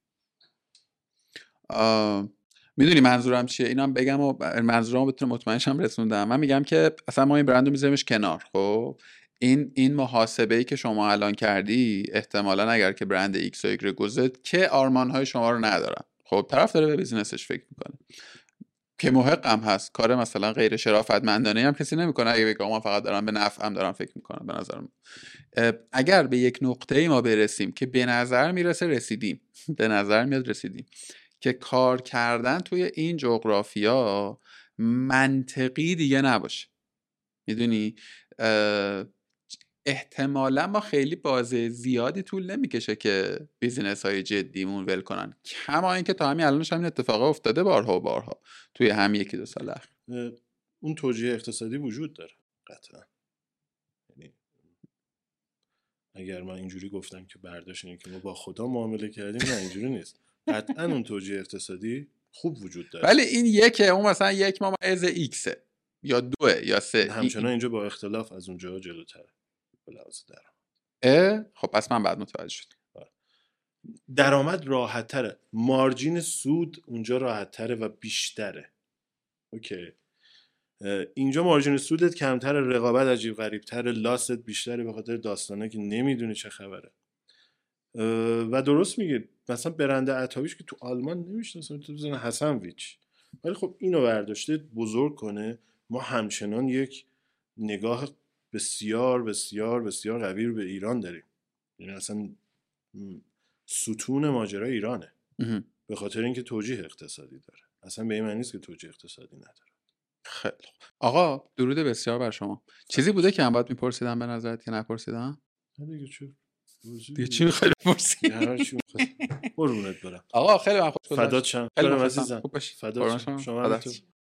میدونی منظورم چیه؟ اینم بگم و منظورم بتونم مطمئنشم رسوندم. من میگم که اصلا ما این برندو میذاریمش کنار. خب این محاسبه‌ای که شما الان کردی احتمالاً اگر که برند ایکس و ایگرگ گذاشت که آرمان‌های شما رو ندارن، خب طرف داره به بیزینسش فکر میکنه که محق هم هست، کار مثلا غیر شرافتمندانه هم کسی نمیکنه اگه بگم من فقط دارم به نفعم دارم فکر میکنم. به نظرم اگر به یک نقطه‌ای ما برسیم که به نظر میرسه رسیدیم، به نظر میاد رسیدیم که کار کردن توی این جغرافیا منطقی دیگه نباشه، میدونی، احتمالا ما خیلی بازه زیادی طول نمیکشه که بیزینس های جدیمون ول کنن، کما اینکه تا همین الانش همین اتفاق افتاده بارها و بارها توی هم یکی دو سال اخیر. اون توجیه اقتصادی وجود داره قطعا. یعنی اگر من اینجوری گفتم که برداشت اینه که ما با خدا معامله کردیم، نه اینجوری نیست. قطعا اون توجیه اقتصادی خوب وجود داره، ولی این یکه، اون مثلا 1/x یا 2 یا 3 همچنان اینجا با اختلاف از اونجا جلوتره به لحاظ درآمد. خب پس من بعد متوجه شدم. درآمد راحت تره، مارجین سود اونجا راحت تره و بیشتره. اوکی، اینجا مارجین سودت کمتره، رقابت عجیب غریب تره، لاست بیشتره به خاطر داستانه که نمیدونی چه خبره. و درست میگه، مثلا برند عطابیچ که تو آلمان نمیشناسه، تو بزنه حسنویچ، ولی خب اینو برداشته بزرگ کنه. ما همچنان یک نگاه بسیار بسیار بسیار قوی به ایران داریم. یعنی اصلا ستون ماجرا ایرانه به خاطر اینکه توجیه اقتصادی داره. اصلا به این معنی نیست که توجیه اقتصادی نداره. خیلی آقا درود بسیار بر شما. چیزی بوده که من باید میپرسیدم به نظرت که نپرسیدم؟ دیگه چی میخوای بپرسی؟ هر چی میخوای. قربونت برم آقا خیلی من خوشحال فدات شم. خیلی عزیزم. خوب باشی. فدات شم. شما